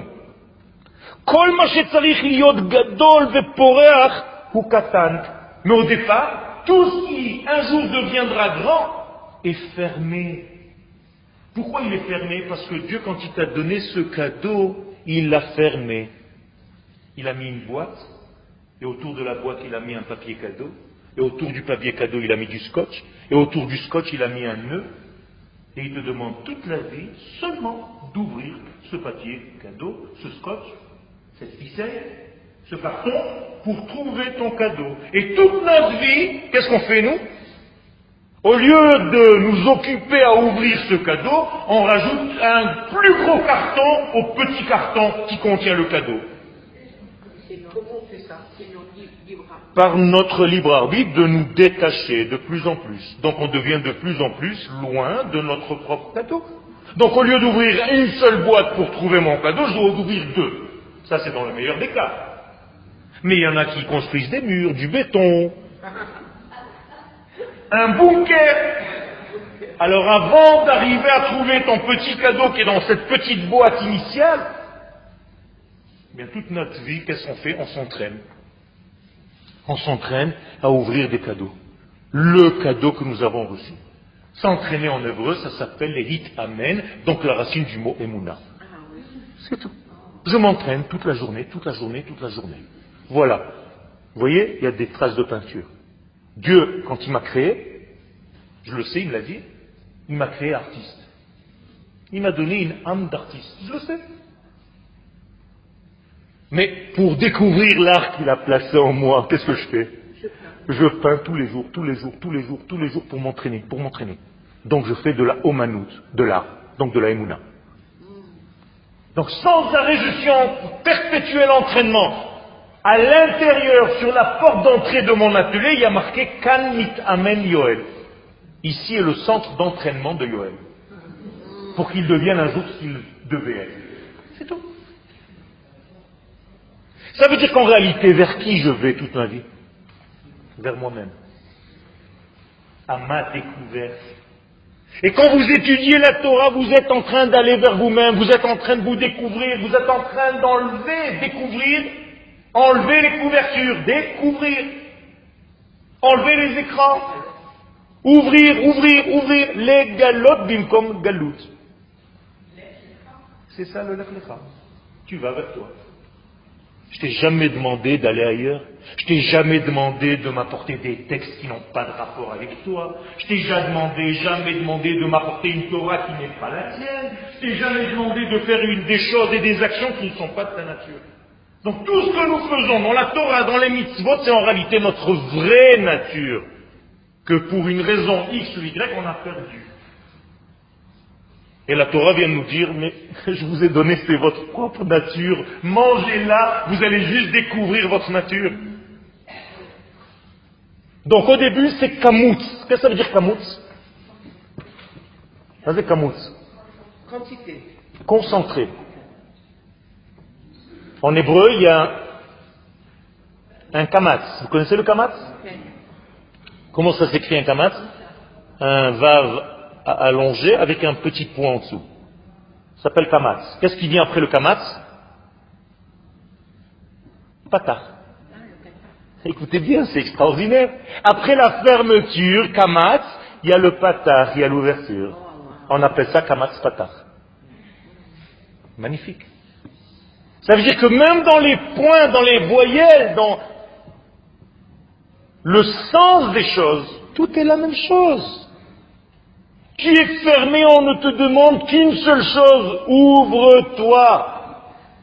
Mais au départ, tout ce qui un jour deviendra grand est fermé. Pourquoi il est fermé? Parce que Dieu, quand il t'a donné ce cadeau, il l'a fermé. Il a mis une boîte, et autour de la boîte, il a mis un papier cadeau, et autour du papier cadeau, il a mis du scotch, et autour du scotch, il a mis un nœud. Et il te demande toute la vie seulement d'ouvrir ce papier cadeau, ce scotch, cette ficelle, ce carton, pour trouver ton cadeau. Et toute notre vie, qu'est-ce qu'on fait nous? Au lieu de nous occuper à ouvrir ce cadeau, on rajoute un plus gros carton au petit carton qui contient le cadeau. Comment on fait ça? Par notre libre arbitre, de nous détacher de plus en plus. Donc on devient de plus en plus loin de notre propre cadeau. Donc au lieu d'ouvrir une seule boîte pour trouver mon cadeau, je dois ouvrir deux. Ça c'est dans le meilleur des cas. Mais il y en a qui construisent des murs, du béton, un bunker. Alors avant d'arriver à trouver ton petit cadeau qui est dans cette petite boîte initiale, eh bien toute notre vie, qu'est-ce qu'on fait? On s'entraîne. On s'entraîne à ouvrir des cadeaux. Le cadeau que nous avons reçu. S'entraîner en hébreu, ça s'appelle l'hit amen, donc la racine du mot emuna. C'est tout. Je m'entraîne toute la journée, toute la journée, toute la journée. Voilà. Vous voyez, il y a des traces de peinture. Dieu, quand il m'a créé, je le sais, il me l'a dit, il m'a créé artiste. Il m'a donné une âme d'artiste. Je le sais. Mais pour découvrir l'art qu'il a placé en moi, qu'est-ce que je fais? Je peins tous les jours, tous les jours, tous les jours, tous les jours pour m'entraîner, pour m'entraîner. Donc je fais de la omanout, de l'art, donc de la émouna. Donc sans arrêt, je suis en perpétuel entraînement. À l'intérieur, sur la porte d'entrée de mon atelier, il y a marqué Kan mit amen Yoel. Ici est le centre d'entraînement de Yoel. Pour qu'il devienne un jour ce qu'il devait être. C'est tout. Ça veut dire qu'en réalité, vers qui je vais toute ma vie? Vers moi-même. À ma découverte. Et quand vous étudiez la Torah, vous êtes en train d'aller vers vous-même, vous êtes en train de vous découvrir, vous êtes en train d'enlever, découvrir, enlever les couvertures, découvrir, enlever les écrans, ouvrir, ouvrir, ouvrir, les galotes bimkom galout. C'est ça le lech lecha. Tu vas vers toi. Je t'ai jamais demandé d'aller ailleurs. Je t'ai jamais demandé de m'apporter des textes qui n'ont pas de rapport avec toi. Je t'ai jamais demandé, jamais demandé de m'apporter une Torah qui n'est pas la tienne. Je t'ai jamais demandé de faire une, des choses et des actions qui ne sont pas de ta nature. Donc tout ce que nous faisons dans la Torah, dans les mitzvot, c'est en réalité notre vraie nature. Que pour une raison X ou Y, on a perdu. Et la Torah vient nous dire, mais je vous ai donné, c'est votre propre nature. Mangez-la, vous allez juste découvrir votre nature. Donc au début, c'est kamutz. Qu'est-ce que ça veut dire kamutz? Ça veut dire kamutz. Quantité. Concentré. En hébreu, il y a un kamatz. Vous connaissez le kamatz? Okay. Comment ça s'écrit un kamatz? Un vav allongé avec un petit point en dessous. Ça s'appelle kamatz. Qu'est-ce qui vient après le kamatz? Patah. Écoutez bien, c'est extraordinaire. Après la fermeture, kamatz, il y a le patah, il y a l'ouverture. On appelle ça kamatz patah. Magnifique. Ça veut dire que même dans les points, dans les voyelles, dans le sens des choses, tout est la même chose. Tu es fermé, on ne te demande qu'une seule chose, ouvre-toi.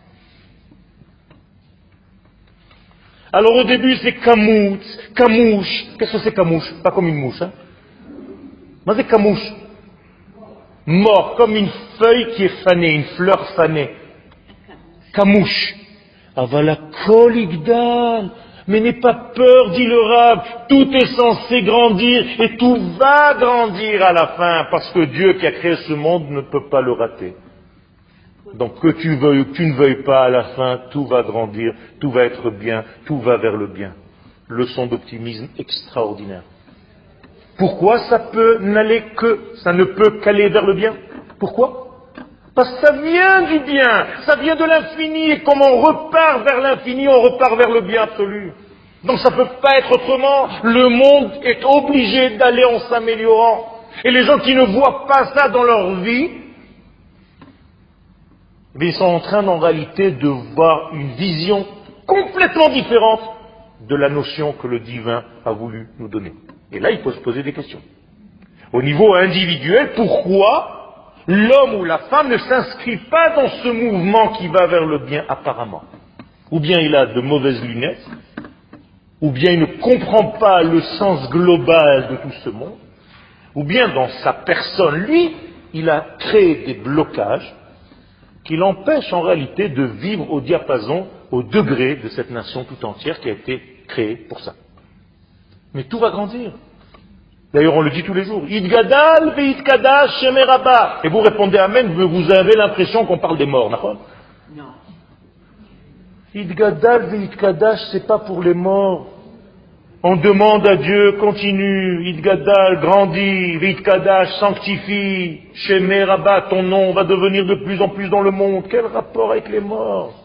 Alors au début c'est kamoutz, kamouche. Qu'est-ce que c'est kamouche? Pas comme une mouche. Hein? Mais c'est kamouche. Mort, comme une feuille qui est fanée, une fleur fanée. Kamouche. Avala kol igdal. Mais n'aie pas peur, dit le Rav, tout est censé grandir et tout va grandir à la fin, parce que Dieu qui a créé ce monde ne peut pas le rater. Donc que tu veuilles ou que tu ne veuilles pas, à la fin, tout va grandir, tout va être bien, tout va vers le bien. Leçon d'optimisme extraordinaire. Pourquoi ça peut n'aller que, ça ne peut qu'aller vers le bien? Pourquoi? Parce que ça vient du bien, ça vient de l'infini, et comme on repart vers l'infini, on repart vers le bien absolu. Donc ça ne peut pas être autrement. Le monde est obligé d'aller en s'améliorant. Et les gens qui ne voient pas ça dans leur vie, mais ils sont en train en réalité de voir une vision complètement différente de la notion que le divin a voulu nous donner. Et là, il faut se poser des questions. Au niveau individuel, pourquoi l'homme ou la femme ne s'inscrit pas dans ce mouvement qui va vers le bien apparemment? Ou bien il a de mauvaises lunettes, ou bien il ne comprend pas le sens global de tout ce monde, ou bien dans sa personne, lui, il a créé des blocages qui l'empêchent en réalité de vivre au diapason, au degré de cette nation tout entière qui a été créée pour ça. Mais tout va grandir. D'ailleurs, on le dit tous les jours. Idgadal ve'itkadash shemer Rabba. Et vous répondez Amen, mais vous avez l'impression qu'on parle des morts, d'accord? Non. Idgadal ve'itkadash, c'est pas pour les morts. On demande à Dieu, continue, Idgadal, grandis, ve'itkadash, sanctifie, shemer Rabba, ton nom va devenir de plus en plus dans le monde. Quel rapport avec les morts?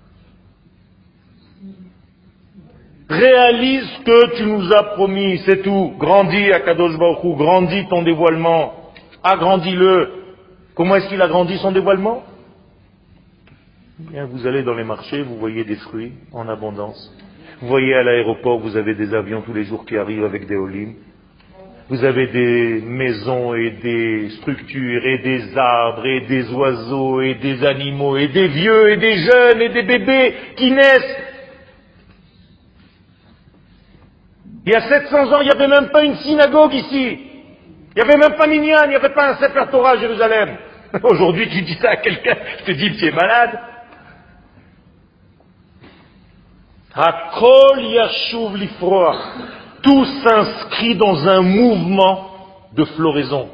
Réalise ce que tu nous as promis, c'est tout. Grandis à Kadosh Baruch Hu, grandis ton dévoilement, agrandis-le. Comment est-ce qu'il a grandi son dévoilement? Bien, vous allez dans les marchés, vous voyez des fruits en abondance. Vous voyez à l'aéroport, vous avez des avions tous les jours qui arrivent avec des olives. Vous avez des maisons et des structures et des arbres et des oiseaux et des animaux et des vieux et des jeunes et des bébés qui naissent. Il y a sept cents ans, il n'y avait même pas une synagogue ici. Il n'y avait même pas Minyan, il n'y avait pas un Sefer Torah à Jérusalem. Aujourd'hui, tu dis ça à quelqu'un, je te dis, tu es malade. Hakol yashuv lifroach. Tout s'inscrit dans un mouvement de floraison.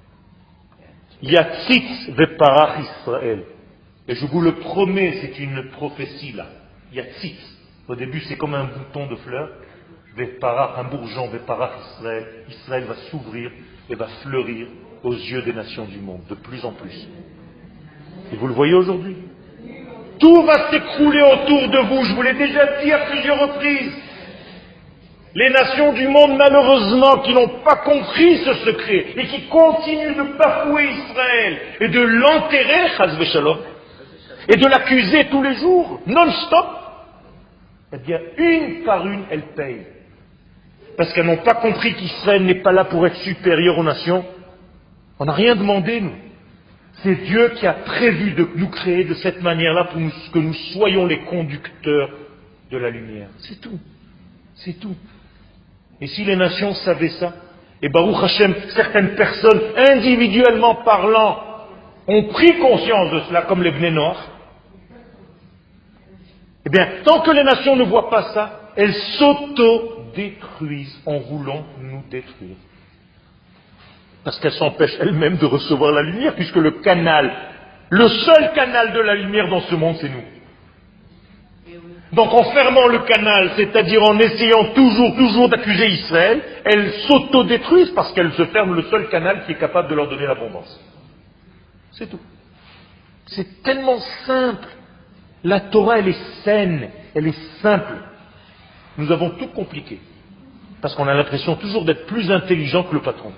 Yatzitz veparach Israël. Et je vous le promets, c'est une prophétie là. Yatzitz. Au début, c'est comme un bouton de fleurs. Veparach, un bourgeon, veparach Israël. Israël va s'ouvrir et va fleurir aux yeux des nations du monde, de plus en plus. Et vous le voyez aujourd'hui. Tout va s'écrouler autour de vous, je vous l'ai déjà dit à plusieurs reprises. Les nations du monde, malheureusement, qui n'ont pas compris ce secret et qui continuent de bafouer Israël et de l'enterrer, chas v'shalom, et de l'accuser tous les jours, non-stop, eh bien, une par une, elles payent. Parce qu'elles n'ont pas compris qu'Israël n'est pas là pour être supérieur aux nations. On n'a rien demandé, nous. C'est Dieu qui a prévu de nous créer de cette manière-là pour nous, que nous soyons les conducteurs de la lumière. C'est tout. C'est tout. Et si les nations savaient ça, et Baruch Hashem, certaines personnes, individuellement parlant, ont pris conscience de cela, comme les Bnei Noach, eh bien, tant que les nations ne voient pas ça, elles s'auto-détruisent en voulant nous détruire. Parce qu'elles s'empêchent elles-mêmes de recevoir la lumière, puisque le canal, le seul canal de la lumière dans ce monde, c'est nous. Donc en fermant le canal, c'est-à-dire en essayant toujours, toujours d'accuser Israël, elles s'auto-détruisent parce qu'elles se ferment le seul canal qui est capable de leur donner l'abondance. C'est tout. C'est tellement simple. La Torah, elle est saine, elle est simple. Nous avons tout compliqué. Parce qu'on a l'impression toujours d'être plus intelligent que le patron.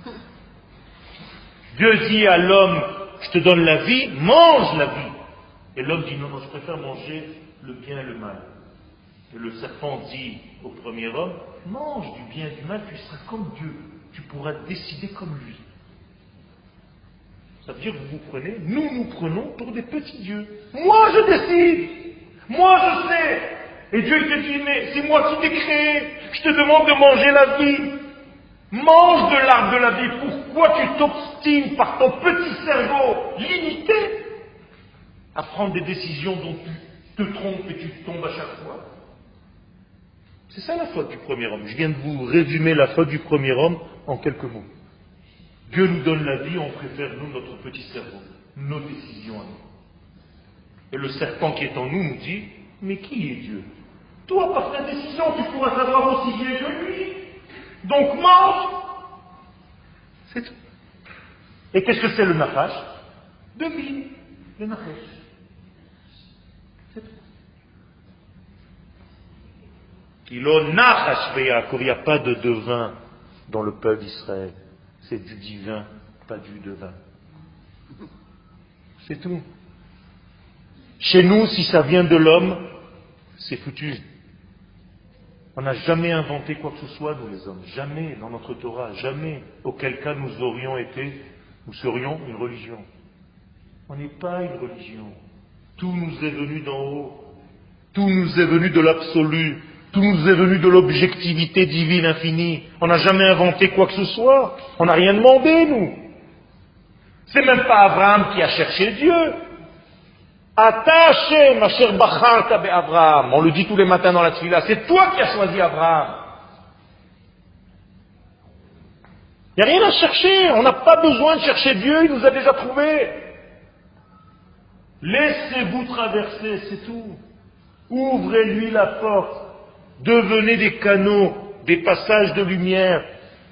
Dieu dit à l'homme, je te donne la vie, mange la vie. Et l'homme dit, non, non, je préfère manger le bien et le mal. Et le serpent dit au premier homme, mange du bien et du mal, tu seras comme Dieu. Tu pourras décider comme lui. Ça veut dire que vous vous prenez, nous nous prenons pour des petits dieux. Moi je décide. Moi je sais. Et Dieu te dit, mais c'est moi qui t'ai créé. Je te demande de manger la vie. Mange de l'arbre de la vie. Pourquoi tu t'obstines par ton petit cerveau limité à prendre des décisions dont tu te trompes et tu tombes à chaque fois? C'est ça la faute du premier homme. Je viens de vous résumer la faute du premier homme en quelques mots. Dieu nous donne la vie, on préfère nous notre petit cerveau, nos décisions à nous. Et le serpent qui est en nous nous dit, mais qui est Dieu? Toi, par ta décision, tu pourras savoir aussi bien que lui. Donc mange. C'est tout. Et qu'est-ce que c'est le nachash? De mine, le nachash. C'est tout. Il n'y a pas de devin dans le peuple d'Israël. C'est du divin, pas du devin. C'est tout. Chez nous, si ça vient de l'homme, c'est foutu. On n'a jamais inventé quoi que ce soit, nous les hommes. Jamais dans notre Torah, jamais. Auquel cas nous aurions été, nous serions une religion. On n'est pas une religion. Tout nous est venu d'en haut. Tout nous est venu de l'absolu. Tout nous est venu de l'objectivité divine infinie. On n'a jamais inventé quoi que ce soit. On n'a rien demandé, nous. C'est même pas Abraham qui a cherché Dieu. Ata Hashem, Asher Bacharta be'Avraham. On le dit tous les matins dans la tefila. C'est toi qui as choisi Abraham. Il n'y a rien à chercher. On n'a pas besoin de chercher Dieu. Il nous a déjà trouvé. Laissez-vous traverser, c'est tout. Ouvrez-lui la porte. Devenez des canaux, des passages de lumière.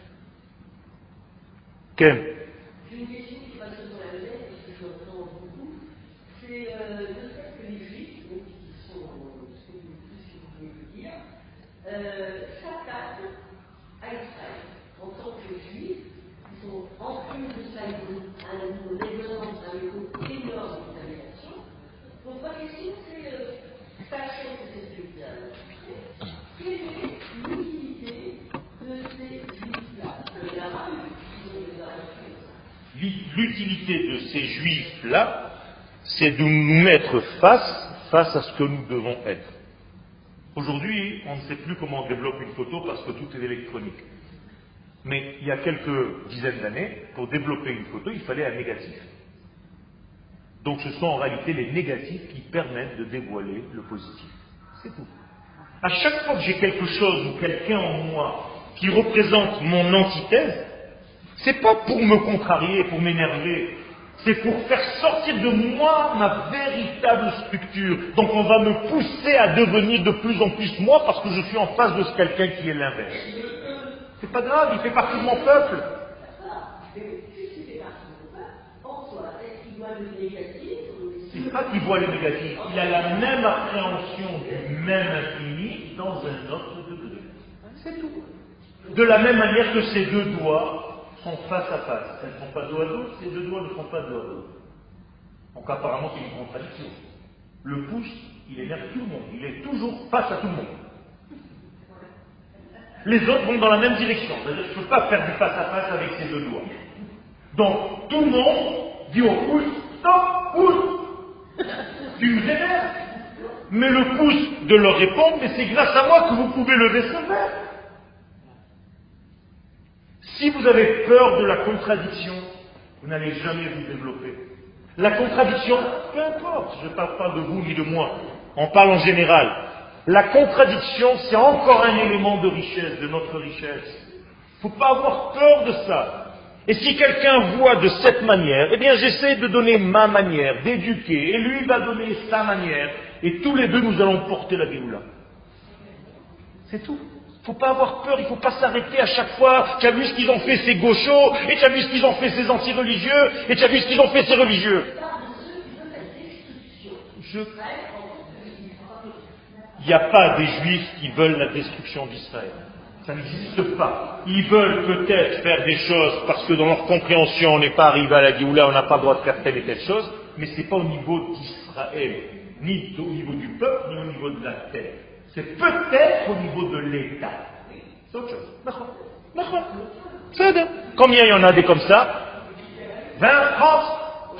Quel? Une question qui passe sur la tête, parce que j'entends beaucoup, c'est euh, le fait que les juifs, donc, qui sont, euh, ce que vous, ce que vous pouvez me dire, euh, s'attaquent à Israël. En tant que juifs, ils sont en plus de ça, ils ont un niveau d'évidence, un niveau énorme d'examination. Donc ma question c'est, euh, sachant que c'est ce que quelle est l'utilité de ces juifs-là? Les Arabes, ils ont des Arabes. L'utilité de ces juifs-là, c'est de nous mettre face, face à ce que nous devons être. Aujourd'hui, on ne sait plus comment on développe une photo parce que tout est électronique. Mais il y a quelques dizaines d'années, pour développer une photo, il fallait un négatif. Donc ce sont en réalité les négatifs qui permettent de dévoiler le positif. C'est tout. À chaque fois que j'ai quelque chose ou quelqu'un en moi qui représente mon antithèse, c'est pas pour me contrarier, pour m'énerver, c'est pour faire sortir de moi ma véritable structure. Donc on va me pousser à devenir de plus en plus moi parce que je suis en face de quelqu'un qui est l'inverse. C'est pas grave, il fait partie de mon peuple. C'est pas qu'il voit le négatif, il a la même appréhension du même infini dans un autre degré. C'est tout. De la même manière que ces deux doigts sont face à face. Elles ne sont pas dos à dos, ces deux doigts ne sont pas dos à dos. Donc apparemment c'est une contradiction. Le pouce, il énerve tout le monde, il est toujours face à tout le monde. Les autres vont dans la même direction, c'est-à-dire que je ne peux pas faire du face à face avec ces deux doigts. Donc tout le monde dit au pouce, stop, pouce. Tu nous énerves. Mais le pouce de leur répondre, mais c'est grâce à moi que vous pouvez lever ce verre. Si vous avez peur de la contradiction, vous n'allez jamais vous développer. La contradiction, peu importe, je ne parle pas de vous ni de moi, on parle en général. La contradiction, c'est encore un élément de richesse, de notre richesse. Il ne faut pas avoir peur de ça. Et si quelqu'un voit de cette manière, eh bien j'essaie de donner ma manière, d'éduquer, et lui va donner sa manière, et tous les deux nous allons porter la Géoula. C'est tout. Il ne faut pas avoir peur, il ne faut pas s'arrêter à chaque fois. Tu as vu ce qu'ils ont fait ces gauchos, et tu as vu ce qu'ils ont fait ces anti-religieux, et tu as vu ce qu'ils ont fait ces religieux. Je... Il n'y a pas des juifs qui veulent la destruction d'Israël. Ça n'existe pas. Ils veulent peut-être faire des choses parce que dans leur compréhension on n'est pas arrivé à la Géoula, on n'a pas le droit de faire telle et telle chose, mais ce n'est pas au niveau d'Israël, ni au niveau du peuple, ni au niveau de la terre. C'est peut-être au niveau de l'État. C'est autre chose. D'accord. D'accord. C'est bien. Combien il y en a des comme ça? vingt, trente?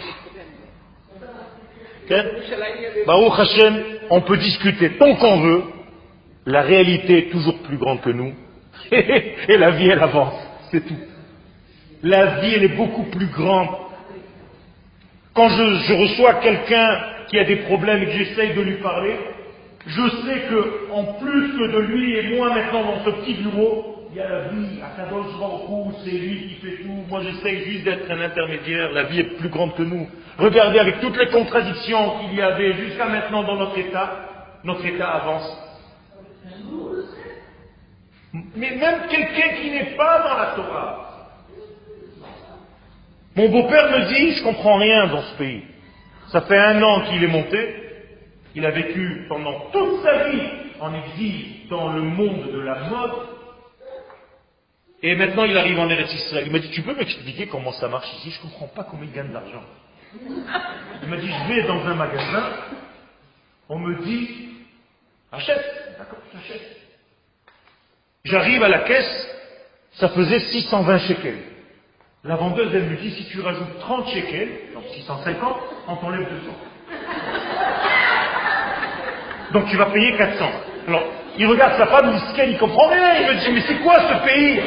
Okay. Baruch Hashem, on peut discuter tant qu'on veut. La réalité est toujours plus grande que nous. Et la vie, elle avance. C'est tout. La vie, elle est beaucoup plus grande. Quand je, je reçois quelqu'un qui a des problèmes et que j'essaye de lui parler, je sais que, en plus que de lui et moi maintenant dans ce petit bureau, il y a la vie. À Kadosh Baruch Hu, c'est lui qui fait tout. Moi, j'essaye juste d'être un intermédiaire. La vie est plus grande que nous. Regardez, avec toutes les contradictions qu'il y avait jusqu'à maintenant dans notre État, notre État avance. Mais même quelqu'un qui n'est pas dans la Torah. Mon beau-père me dit, je comprends rien dans ce pays. Ça fait un an qu'il est monté. Il a vécu pendant toute sa vie en exil dans le monde de la mode. Et maintenant il arrive en Eretz Israël. Il m'a dit, tu peux m'expliquer comment ça marche ici? Je ne comprends pas comment il gagne de l'argent. Il m'a dit, je vais dans un magasin. On me dit, achète. D'accord, j'achète. J'arrive à la caisse, ça faisait six cent vingt shekels. La vendeuse, elle me dit, si tu rajoutes trente shekels, donc six cent cinquante, on t'enlève deux cents. Donc tu vas payer quatre cents. Alors, il regarde sa femme, il ne comprend rien, il me dit, mais c'est quoi ce pays?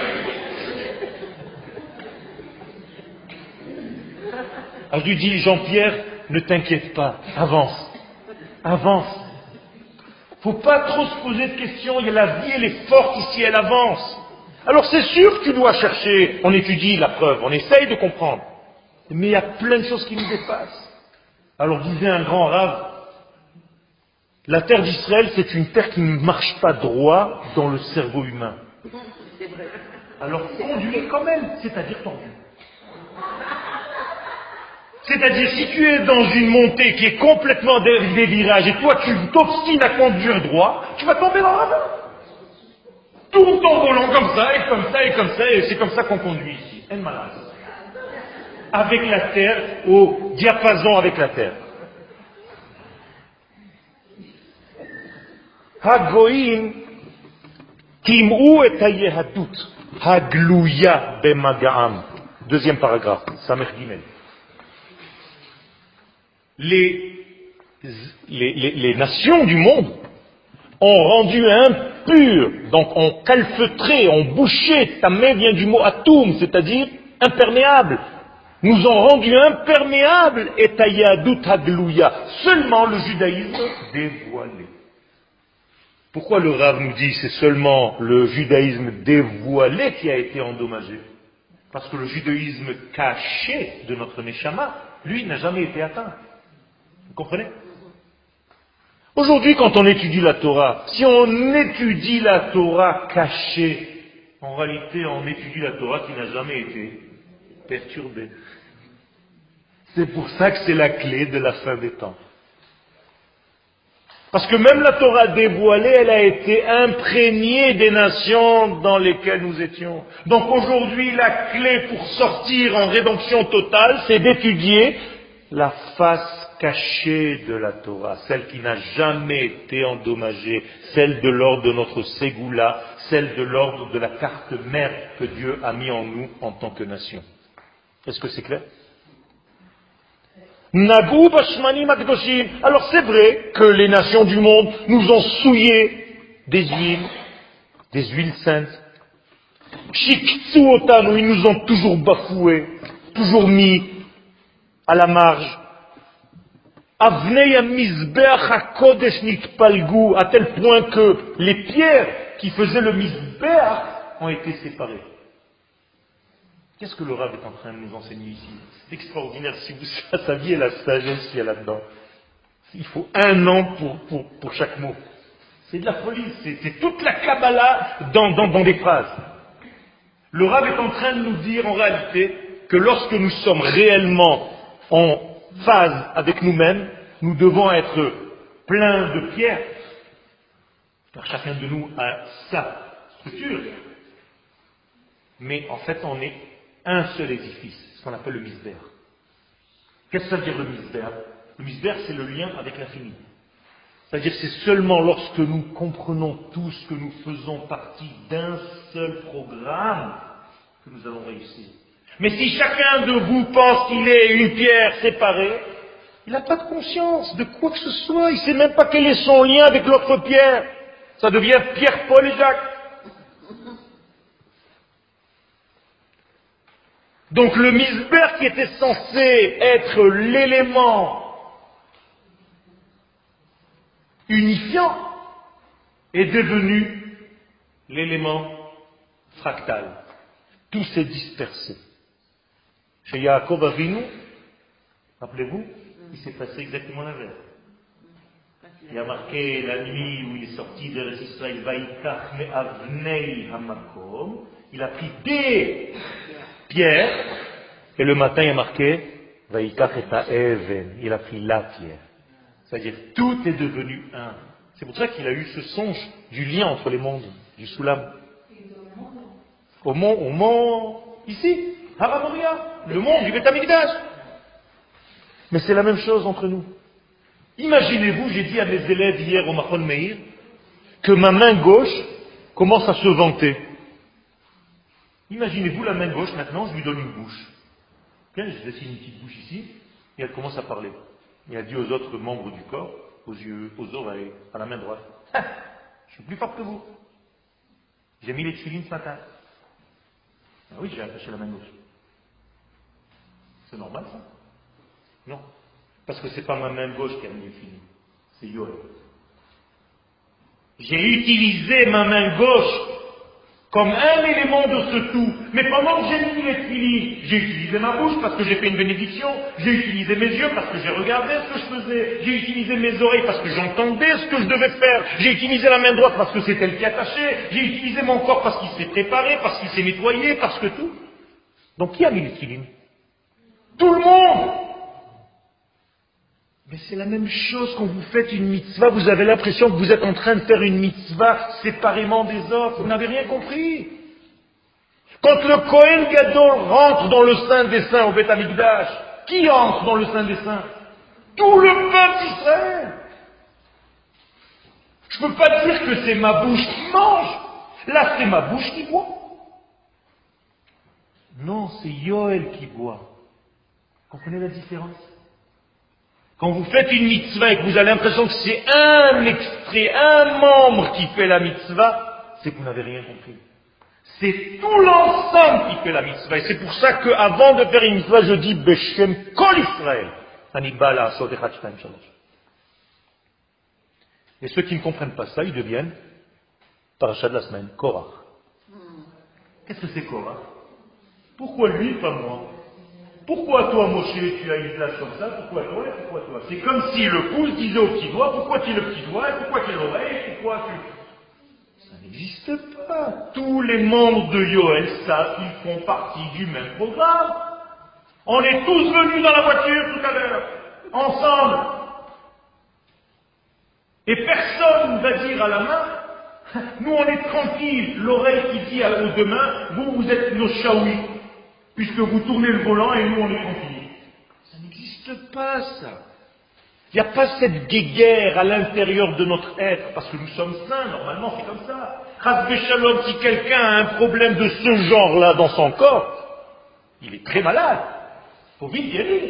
Alors je lui dis, Jean-Pierre, ne t'inquiète pas, avance, avance. Il ne faut pas trop se poser de questions, il y a la vie, elle est forte ici, elle avance. Alors c'est sûr que tu dois chercher, on étudie la preuve, on essaye de comprendre. Mais il y a plein de choses qui nous dépassent. Alors disait un grand rave, la terre d'Israël, c'est une terre qui ne marche pas droit dans le cerveau humain. Alors conduis comme elle, c'est-à-dire tordu. C'est-à-dire, si tu es dans une montée qui est complètement des, des virages et toi tu t'obstines à conduire droit, tu vas tomber dans la ravin. Tourne ton volant comme ça, et comme ça, et comme ça, et c'est comme ça qu'on conduit ici. En malade. Avec la terre, au diapason avec la terre. Hagoïm tim'u et hayehadut haglouya bemaga'am. Deuxième paragraphe, Samer Gimel. Les, les, les, les nations du monde ont rendu impur, donc ont calfeutré, ont bouché, tamé vient du mot atum, c'est-à-dire imperméable, nous ont rendu imperméables et tayadut haglouya, seulement le judaïsme dévoilé. Pourquoi le Rav nous dit c'est seulement le judaïsme dévoilé qui a été endommagé? Parce que le judaïsme caché de notre Neshama, lui, n'a jamais été atteint. Vous comprenez? Aujourd'hui, quand on étudie la Torah, si on étudie la Torah cachée, en réalité, on étudie la Torah qui n'a jamais été perturbée. C'est pour ça que c'est la clé de la fin des temps. Parce que même la Torah dévoilée, elle a été imprégnée des nations dans lesquelles nous étions. Donc aujourd'hui, la clé pour sortir en rédemption totale, c'est d'étudier la face cachée de la Torah, celle qui n'a jamais été endommagée, celle de l'ordre de notre Ségoula, celle de l'ordre de la carte mère que Dieu a mis en nous en tant que nation. Est-ce que c'est clair? Nagou bashmanim akdoshim. Alors c'est vrai que les nations du monde nous ont souillé des huiles, des huiles saintes. Shiktsu otanu, ils nous ont toujours bafoués, toujours mis à la marge. Avnei mizbeach hakodesh nitpalgu, à tel point que les pierres qui faisaient le mizbeach ont été séparées. Qu'est-ce que le Rav est en train de nous enseigner ici? C'est extraordinaire. Si vous saviez la sagesse qu'il y a là-dedans. Il faut un an pour, pour, pour chaque mot. C'est de la folie. C'est, c'est toute la Kabbalah dans, dans, dans des phrases. Le Rav est en train de nous dire en réalité que lorsque nous sommes réellement en phase avec nous-mêmes, nous devons être pleins de pierres. Car chacun de nous a sa structure. Mais en fait, on est un seul édifice, ce qu'on appelle le misbère. Qu'est-ce que ça veut dire le misbère? Le misbère, c'est le lien avec l'infini. C'est-à-dire c'est seulement lorsque nous comprenons tous que nous faisons partie d'un seul programme que nous allons réussir. Mais si chacun de vous pense qu'il est une pierre séparée, il n'a pas de conscience de quoi que ce soit, il ne sait même pas quel est son lien avec l'autre pierre. Ça devient Pierre, Paul et Jacques. Donc le misbère qui était censé être l'élément unifiant est devenu l'élément fractal. Tout s'est dispersé. Chez Yaakov Avinu, rappelez-vous, il s'est passé exactement l'inverse. Il y a marqué la nuit où il est sorti de l'Israël, Vaikach me'avnei hamakom, il a pris des pierre, et le matin il a marqué Vaikach et Even, il a pris la pierre. C'est-à-dire tout est devenu un. C'est pour ça qu'il a eu ce songe du lien entre les mondes, du Soulam. Au mont, au mont, ici, Haramoria, le monde du Beth Amikdash. Mais c'est la même chose entre nous. Imaginez-vous, j'ai dit à mes élèves hier au Machon Meir, que ma main gauche commence à se vanter. Imaginez-vous la main gauche, maintenant, je lui donne une bouche. Bien, je dessine une petite bouche ici, et elle commence à parler. Et elle dit aux autres membres du corps, aux yeux, aux oreilles, à la main droite, ah, je suis plus fort que vous. J'ai mis les tefilines ce matin. Ah oui, j'ai attaché la main gauche. C'est normal ça? Non. Parce que c'est pas ma main gauche qui a mis les tefilines. C'est Yoel. J'ai utilisé ma main gauche comme un élément de ce tout. Mais pendant que j'ai mis les tefilines, j'ai utilisé ma bouche parce que j'ai fait une bénédiction, j'ai utilisé mes yeux parce que j'ai regardé ce que je faisais, j'ai utilisé mes oreilles parce que j'entendais ce que je devais faire, j'ai utilisé la main droite parce que c'est elle qui attachait, j'ai utilisé mon corps parce qu'il s'est préparé, parce qu'il s'est nettoyé, parce que tout. Donc qui a mis les tefilines? Tout le monde! Mais c'est la même chose quand vous faites une mitzvah, vous avez l'impression que vous êtes en train de faire une mitzvah séparément des autres. Vous n'avez rien compris. Quand le Kohen Gadol rentre dans le Saint des Saints au Beth Amikdash, qui entre dans le Saint des Saints? Tout le peuple d'Israël. Je ne peux pas dire que c'est ma bouche qui mange. Là, c'est ma bouche qui boit. Non, c'est Yoel qui boit. Vous comprenez la différence? Quand vous faites une mitzvah et que vous avez l'impression que c'est un extrait, un membre qui fait la mitzvah, c'est que vous n'avez rien compris. C'est tout l'ensemble qui fait la mitzvah. Et c'est pour ça qu'avant de faire une mitzvah, je dis Beshem Kol Israël. Et ceux qui ne comprennent pas ça, ils deviennent Parashat de la semaine, Korach. Qu'est-ce que c'est Korach? Pourquoi lui, pas moi? Pourquoi toi, Moshe, tu as une place comme ça? Pourquoi toi et pourquoi toi? C'est comme si le pouce disait au petit doigt, pourquoi tu es le petit doigt, et pourquoi tu es l'oreille, et pourquoi tu... Ça n'existe pas. Tous les membres de Yoel savent qu'ils font partie du même programme. On est tous venus dans la voiture tout à l'heure, ensemble. Et personne ne va dire à la main, nous on est tranquille, l'oreille qui dit aux deux mains, vous, vous êtes nos shaouis, puisque vous tournez le volant et nous on est tranquille. Ça n'existe pas ça. Il n'y a pas cette guéguerre à l'intérieur de notre être, parce que nous sommes saints, normalement c'est comme ça. Chas Shalom, si quelqu'un a un problème de ce genre-là dans son corps, il est très malade. Il faut vite guérir.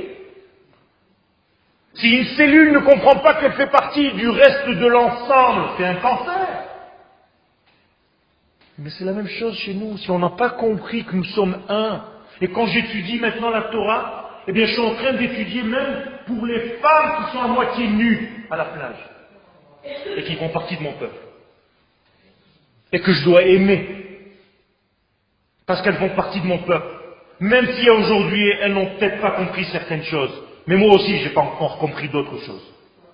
Si une cellule ne comprend pas qu'elle fait partie du reste de l'ensemble, c'est un cancer. Mais c'est la même chose chez nous. Si on n'a pas compris que nous sommes un, et quand j'étudie maintenant la Torah, eh bien je suis en train d'étudier même pour les femmes qui sont à moitié nues à la plage, et qui font partie de mon peuple, et que je dois aimer, parce qu'elles font partie de mon peuple, même si aujourd'hui elles n'ont peut-être pas compris certaines choses. Mais moi aussi, je n'ai pas encore compris d'autres choses.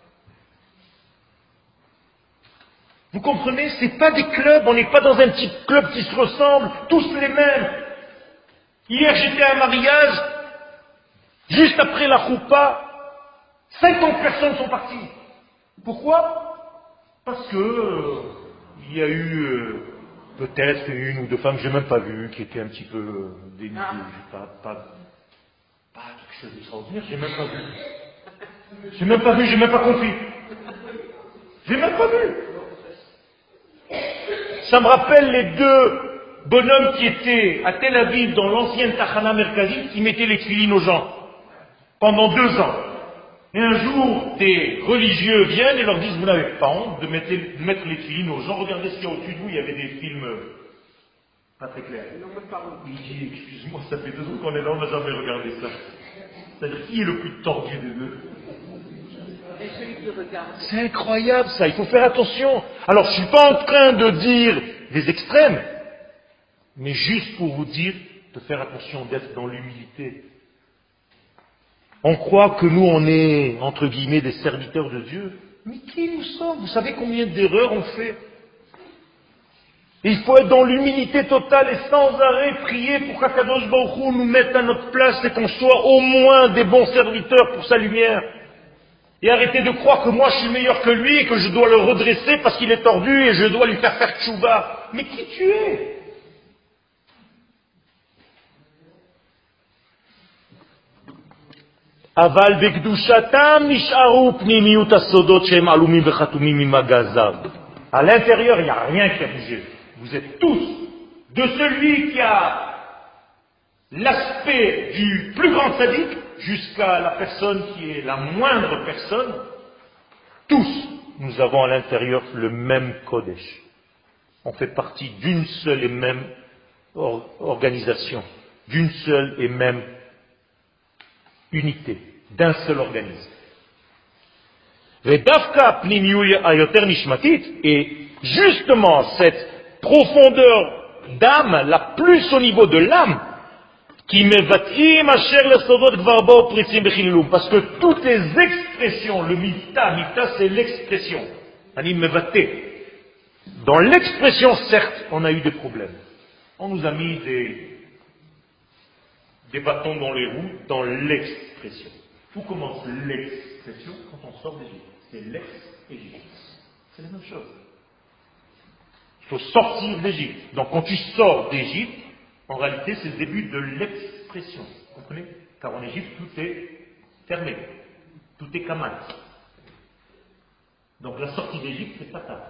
Vous comprenez? Ce n'est pas des clubs, on n'est pas dans un petit club qui se ressemble, tous les mêmes. Hier, j'étais à un mariage, juste après la choupa, cinquante personnes sont parties. Pourquoi? Parce que euh, il y a eu euh, peut-être une ou deux femmes que je n'ai même pas vues, qui étaient un petit peu euh, dénudées, pas, pas, pas quelque chose d'extraordinaire, je n'ai même pas vu. Je n'ai même pas vu, je n'ai même pas compris. Je n'ai même pas vu. Ça me rappelle les deux bonhommes qui étaient à Tel Aviv, dans l'ancienne Tachana Merkazit, qui mettaient les tefilines aux gens, pendant deux ans. Et un jour, des religieux viennent et leur disent, vous n'avez pas honte de mettre, de mettre les tefilines aux gens, regardez ce qu'il y a au-dessus de vous, il y avait des films pas très clairs. Il dit, excuse-moi, ça fait deux ans qu'on est là, on n'a jamais regardé ça. C'est-à-dire, qui est le plus tordu des deux? C'est incroyable ça, il faut faire attention. Alors je ne suis pas en train de dire des extrêmes, mais juste pour vous dire de faire attention, d'être dans l'humilité. On croit que nous on est, entre guillemets, des serviteurs de Dieu. Mais qui nous sommes? Vous savez combien d'erreurs on fait? Et il faut être dans l'humilité totale et sans arrêt prier pour qu'Akadosh Baruch Hu nous mette à notre place et qu'on soit au moins des bons serviteurs pour sa lumière. Et arrêtez de croire que moi je suis meilleur que lui et que je dois le redresser parce qu'il est tordu et je dois lui faire faire tchouba. Mais qui tu es? Aval bekdushatam nisharu pnimiyut asodot shem alumim vechatumim imagazav. À l'intérieur, il n'y a rien qui a bougé. Vous êtes tous de celui qui a l'aspect du plus grand sadique jusqu'à la personne qui est la moindre personne, tous, nous avons à l'intérieur le même Kodesh. On fait partie d'une seule et même or- organisation, d'une seule et même unité, d'un seul organisme. Et justement, cette profondeur d'âme, la plus au niveau de l'âme, qui mevatim asher lesodot gvarbo pritzim bechililum, parce que toutes les expressions, le mita, mita c'est l'expression, ani mevaté. Dans l'expression, certes, on a eu des problèmes. On nous a mis des, des bâtons dans les roues dans l'expression. Où commence l'expression? Quand on sort d'Égypte. C'est l'ex-Égypte. C'est la même chose. Il faut sortir d'Égypte. Donc quand tu sors d'Égypte, en réalité, c'est le début de l'expression. Vous comprenez? Car en Égypte, tout est fermé. Tout est kamat. Donc la sortie d'Égypte, c'est patar.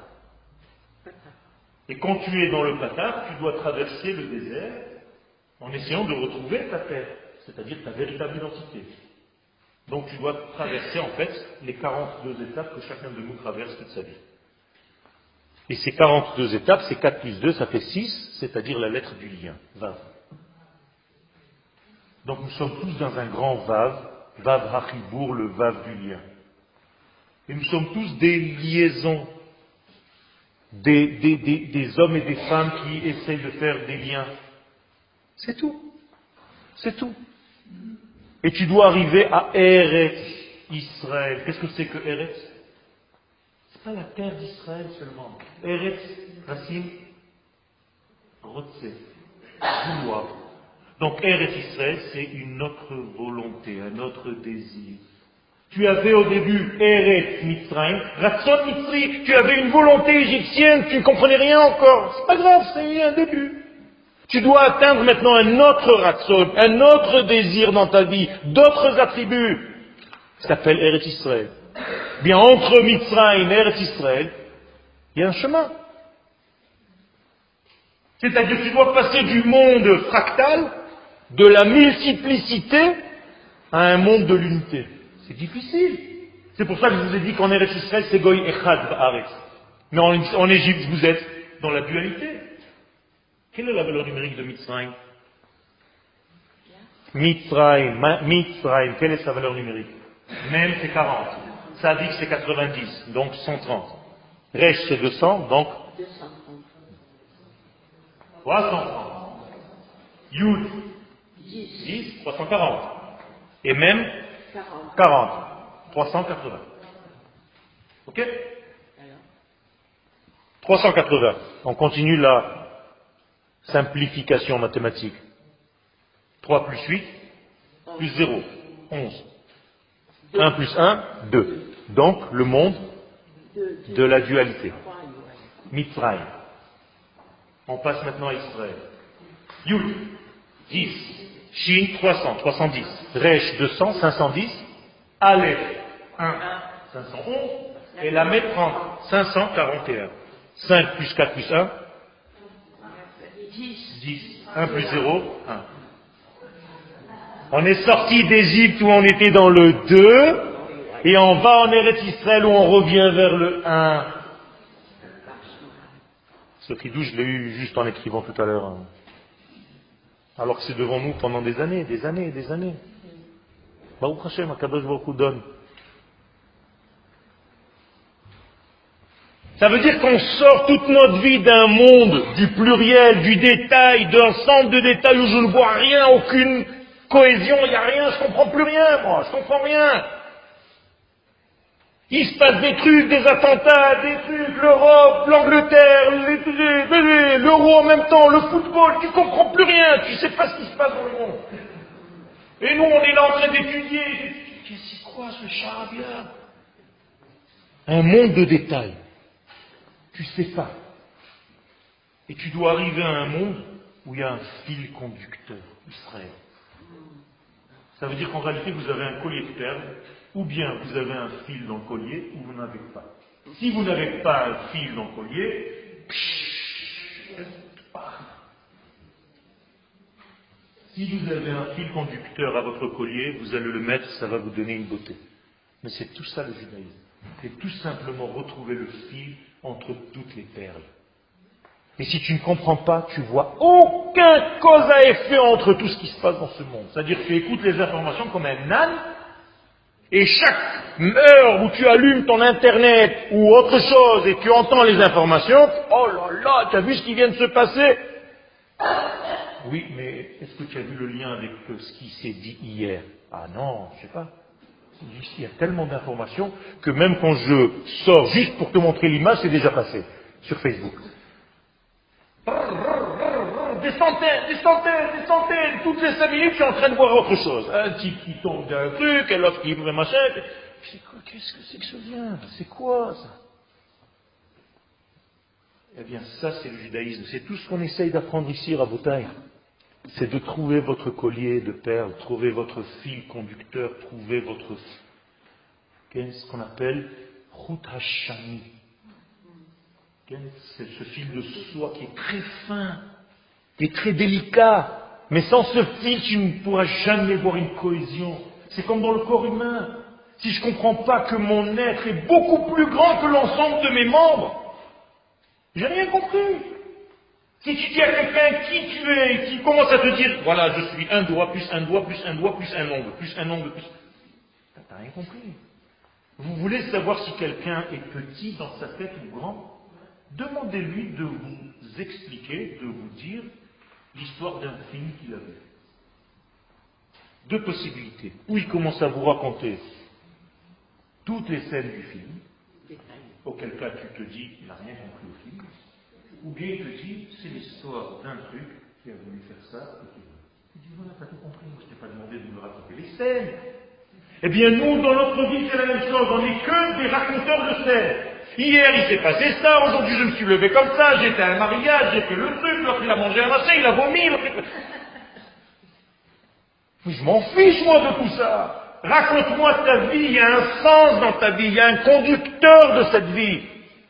Et quand tu es dans le patar, tu dois traverser le désert en essayant de retrouver ta terre, c'est-à-dire ta véritable identité. Donc tu dois traverser en fait les quarante-deux étapes que chacun de nous traverse toute sa vie. Et ces quarante-deux étapes, c'est quatre plus deux, ça fait six, c'est-à-dire la lettre du lien, Vav. Donc nous sommes tous dans un grand Vav, Vav Hachibour, le Vav du lien. Et nous sommes tous des liaisons, des, des, des, des hommes et des femmes qui essayent de faire des liens. C'est tout. C'est tout. Et tu dois arriver à Eretz Israël. Qu'est-ce que c'est que Eretz? C'est pas la terre d'Israël seulement. Eretz, racine, Rotse, vouloir. Donc Eretz Israël, c'est une autre volonté, un autre désir. Tu avais au début Eretz Mitzrayim, Ratson Mitzri, tu avais une volonté égyptienne, tu ne comprenais rien encore. C'est pas grave, c'est un début. Tu dois atteindre maintenant un autre Ratson, un autre désir dans ta vie, d'autres attributs. Ça s'appelle Eretz Israël. Bien, entre Mitzrayim et Eretz Israël, il y a un chemin. C'est-à-dire que tu dois passer du monde fractal, de la multiplicité, à un monde de l'unité. C'est difficile. C'est pour ça que je vous ai dit qu'en Eretz Israël, c'est Goy Echad Ba'aretz. Mais en, en Égypte, vous êtes dans la dualité. Quelle est la valeur numérique de Mitzrayim? Mitzrayim, Mitzrayim, quelle est sa valeur numérique? Même c'est quarante. Sadik c'est quatre-vingt-dix, donc cent trente. Resh c'est deux cents, donc trois cent trente. Yud, dix, trois cent quarante. Et même quarante, trois cent quatre-vingts. Ok? trois cent quatre-vingts. On continue la simplification mathématique. trois plus huit, plus zéro, onze. un plus un, deux. Donc, le monde de la dualité. Mitzrayim. On passe maintenant à Israël. Yud, dix. Shin, trois cents, trois cent dix. Resh, deux cents, cinq cent dix. Aleph, un, cinq cent onze. Et la Met, trente, cinq cent quarante et un. cinq plus quatre plus un, dix. un plus zéro, un. On est sorti d'Égypte où on était dans le deux, et on va en Eretz Israël où on revient vers le un. Ce chidouche, je l'ai eu juste en écrivant tout à l'heure. Alors que c'est devant nous pendant des années, des années, des années. Baruch Hashem, HaKadosh Baruch Hu donne. Ça veut dire qu'on sort toute notre vie d'un monde du pluriel, du détail, d'un centre de détails où je ne vois rien, aucune cohésion, il n'y a rien, je ne comprends plus rien, moi, je ne comprends rien. Il se passe des trucs, des attentats, des trucs, l'Europe, l'Angleterre, l'euro en même temps, le football, tu ne comprends plus rien, tu ne sais pas ce qui se passe dans le monde. Et nous, on est là en train d'étudier. Qu'est-ce que c'est quoi ce charabia? Un monde de détails. Tu ne sais pas. Et tu dois arriver à un monde où il y a un fil conducteur, Israël. Ça veut dire qu'en réalité, vous avez un collier de perles, ou bien vous avez un fil dans le collier, ou vous n'en avez pas. Si vous n'avez pas un fil dans le collier, si vous avez un fil conducteur à votre collier, vous allez le mettre, ça va vous donner une beauté. Mais c'est tout ça le judaïsme. C'est tout simplement retrouver le fil entre toutes les perles. Et si tu ne comprends pas, tu vois aucun cause à effet entre tout ce qui se passe dans ce monde. C'est-à-dire que tu écoutes les informations comme un âne, et chaque heure où tu allumes ton internet ou autre chose et tu entends les informations, oh là là, tu as vu ce qui vient de se passer? Oui, mais est-ce que tu as vu le lien avec ce qui s'est dit hier? Ah non, je ne sais pas. Il y a tellement d'informations que même quand je sors juste pour te montrer l'image, c'est déjà passé sur Facebook. Des centaines, des centaines, des centaines, toutes les cinq minutes, je suis en train de voir autre chose. Un type qui tombe d'un truc, un autre qui fait machin. Qu'est-ce que c'est que ce lien? C'est quoi ça? Eh bien, ça c'est le judaïsme. C'est tout ce qu'on essaye d'apprendre ici, Rabotai. C'est de trouver votre collier de perles, trouver votre fil conducteur, trouver votre, qu'est-ce qu'on appelle Chut Hashami. C'est ce fil de soie qui est très fin, qui est très délicat. Mais sans ce fil, tu ne pourras jamais voir une cohésion. C'est comme dans le corps humain. Si je ne comprends pas que mon être est beaucoup plus grand que l'ensemble de mes membres, j'ai rien compris. Si tu dis à quelqu'un qui tu es, qui commence à te dire, voilà, je suis un doigt, plus un doigt, plus un doigt, plus un ongle, plus un ongle, plus... T'as rien compris. Vous voulez savoir si quelqu'un est petit dans sa tête ou grand? Demandez-lui de vous expliquer, de vous dire l'histoire d'un film qu'il a vu. Deux possibilités. Ou il commence à vous raconter toutes les scènes du film, auquel cas tu te dis, il n'a rien compris au film, ou bien il te dit, c'est l'histoire d'un truc qui a voulu faire ça, et qui veut. Tu dis, voilà, t'as tout compris, moi je t'ai pas demandé de me raconter les scènes. Eh bien nous, dans notre vie, c'est la même chose, on n'est que des raconteurs de scènes. Hier, il s'est passé ça, aujourd'hui, je me suis levé comme ça, j'étais à un mariage, j'ai fait le truc, l'autre, il a mangé un machin, il a vomi, l'autre... Mais je m'en fiche, moi, de tout ça. Raconte-moi ta vie, il y a un sens dans ta vie, il y a un conducteur de cette vie.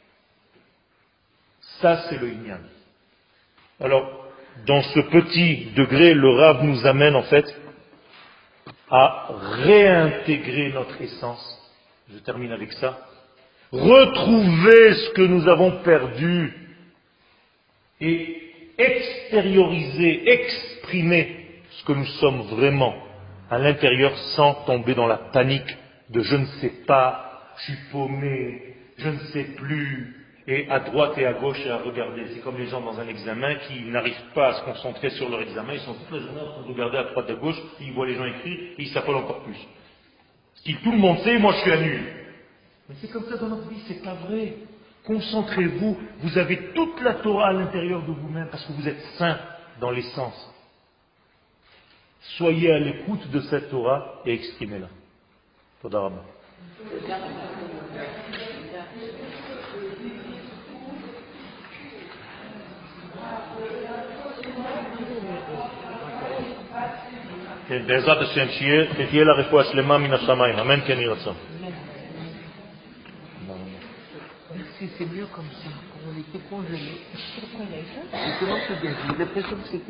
Ça, c'est le Inyan. Alors, dans ce petit degré, le Rav nous amène, en fait, à réintégrer notre essence. Je termine avec ça. Retrouver ce que nous avons perdu et extérioriser, exprimer ce que nous sommes vraiment à l'intérieur sans tomber dans la panique de je ne sais pas, je suis paumé, je ne sais plus, et à droite et à gauche et à regarder. C'est comme les gens dans un examen qui n'arrivent pas à se concentrer sur leur examen, ils sont toute la journée en train de regarder à droite et à gauche, ils voient les gens écrire et ils s'affolent encore plus. Si tout le monde sait, moi je suis un nul. Mais c'est comme ça dans notre vie, c'est pas vrai. Concentrez-vous, vous avez toute la Torah à l'intérieur de vous-même parce que vous êtes saint dans l'essence. Soyez à l'écoute de cette Torah et exprimez-la. Toda Rabba. בעזרת השם, שתהיה לה רפואה שלמה מן השמיים, אמן כן יהי רצון. Merci, c'est mieux comme ça, quand on était congelés. Je trouve qu'on est ça. C'est comment se dire, j'ai l'impression que c'était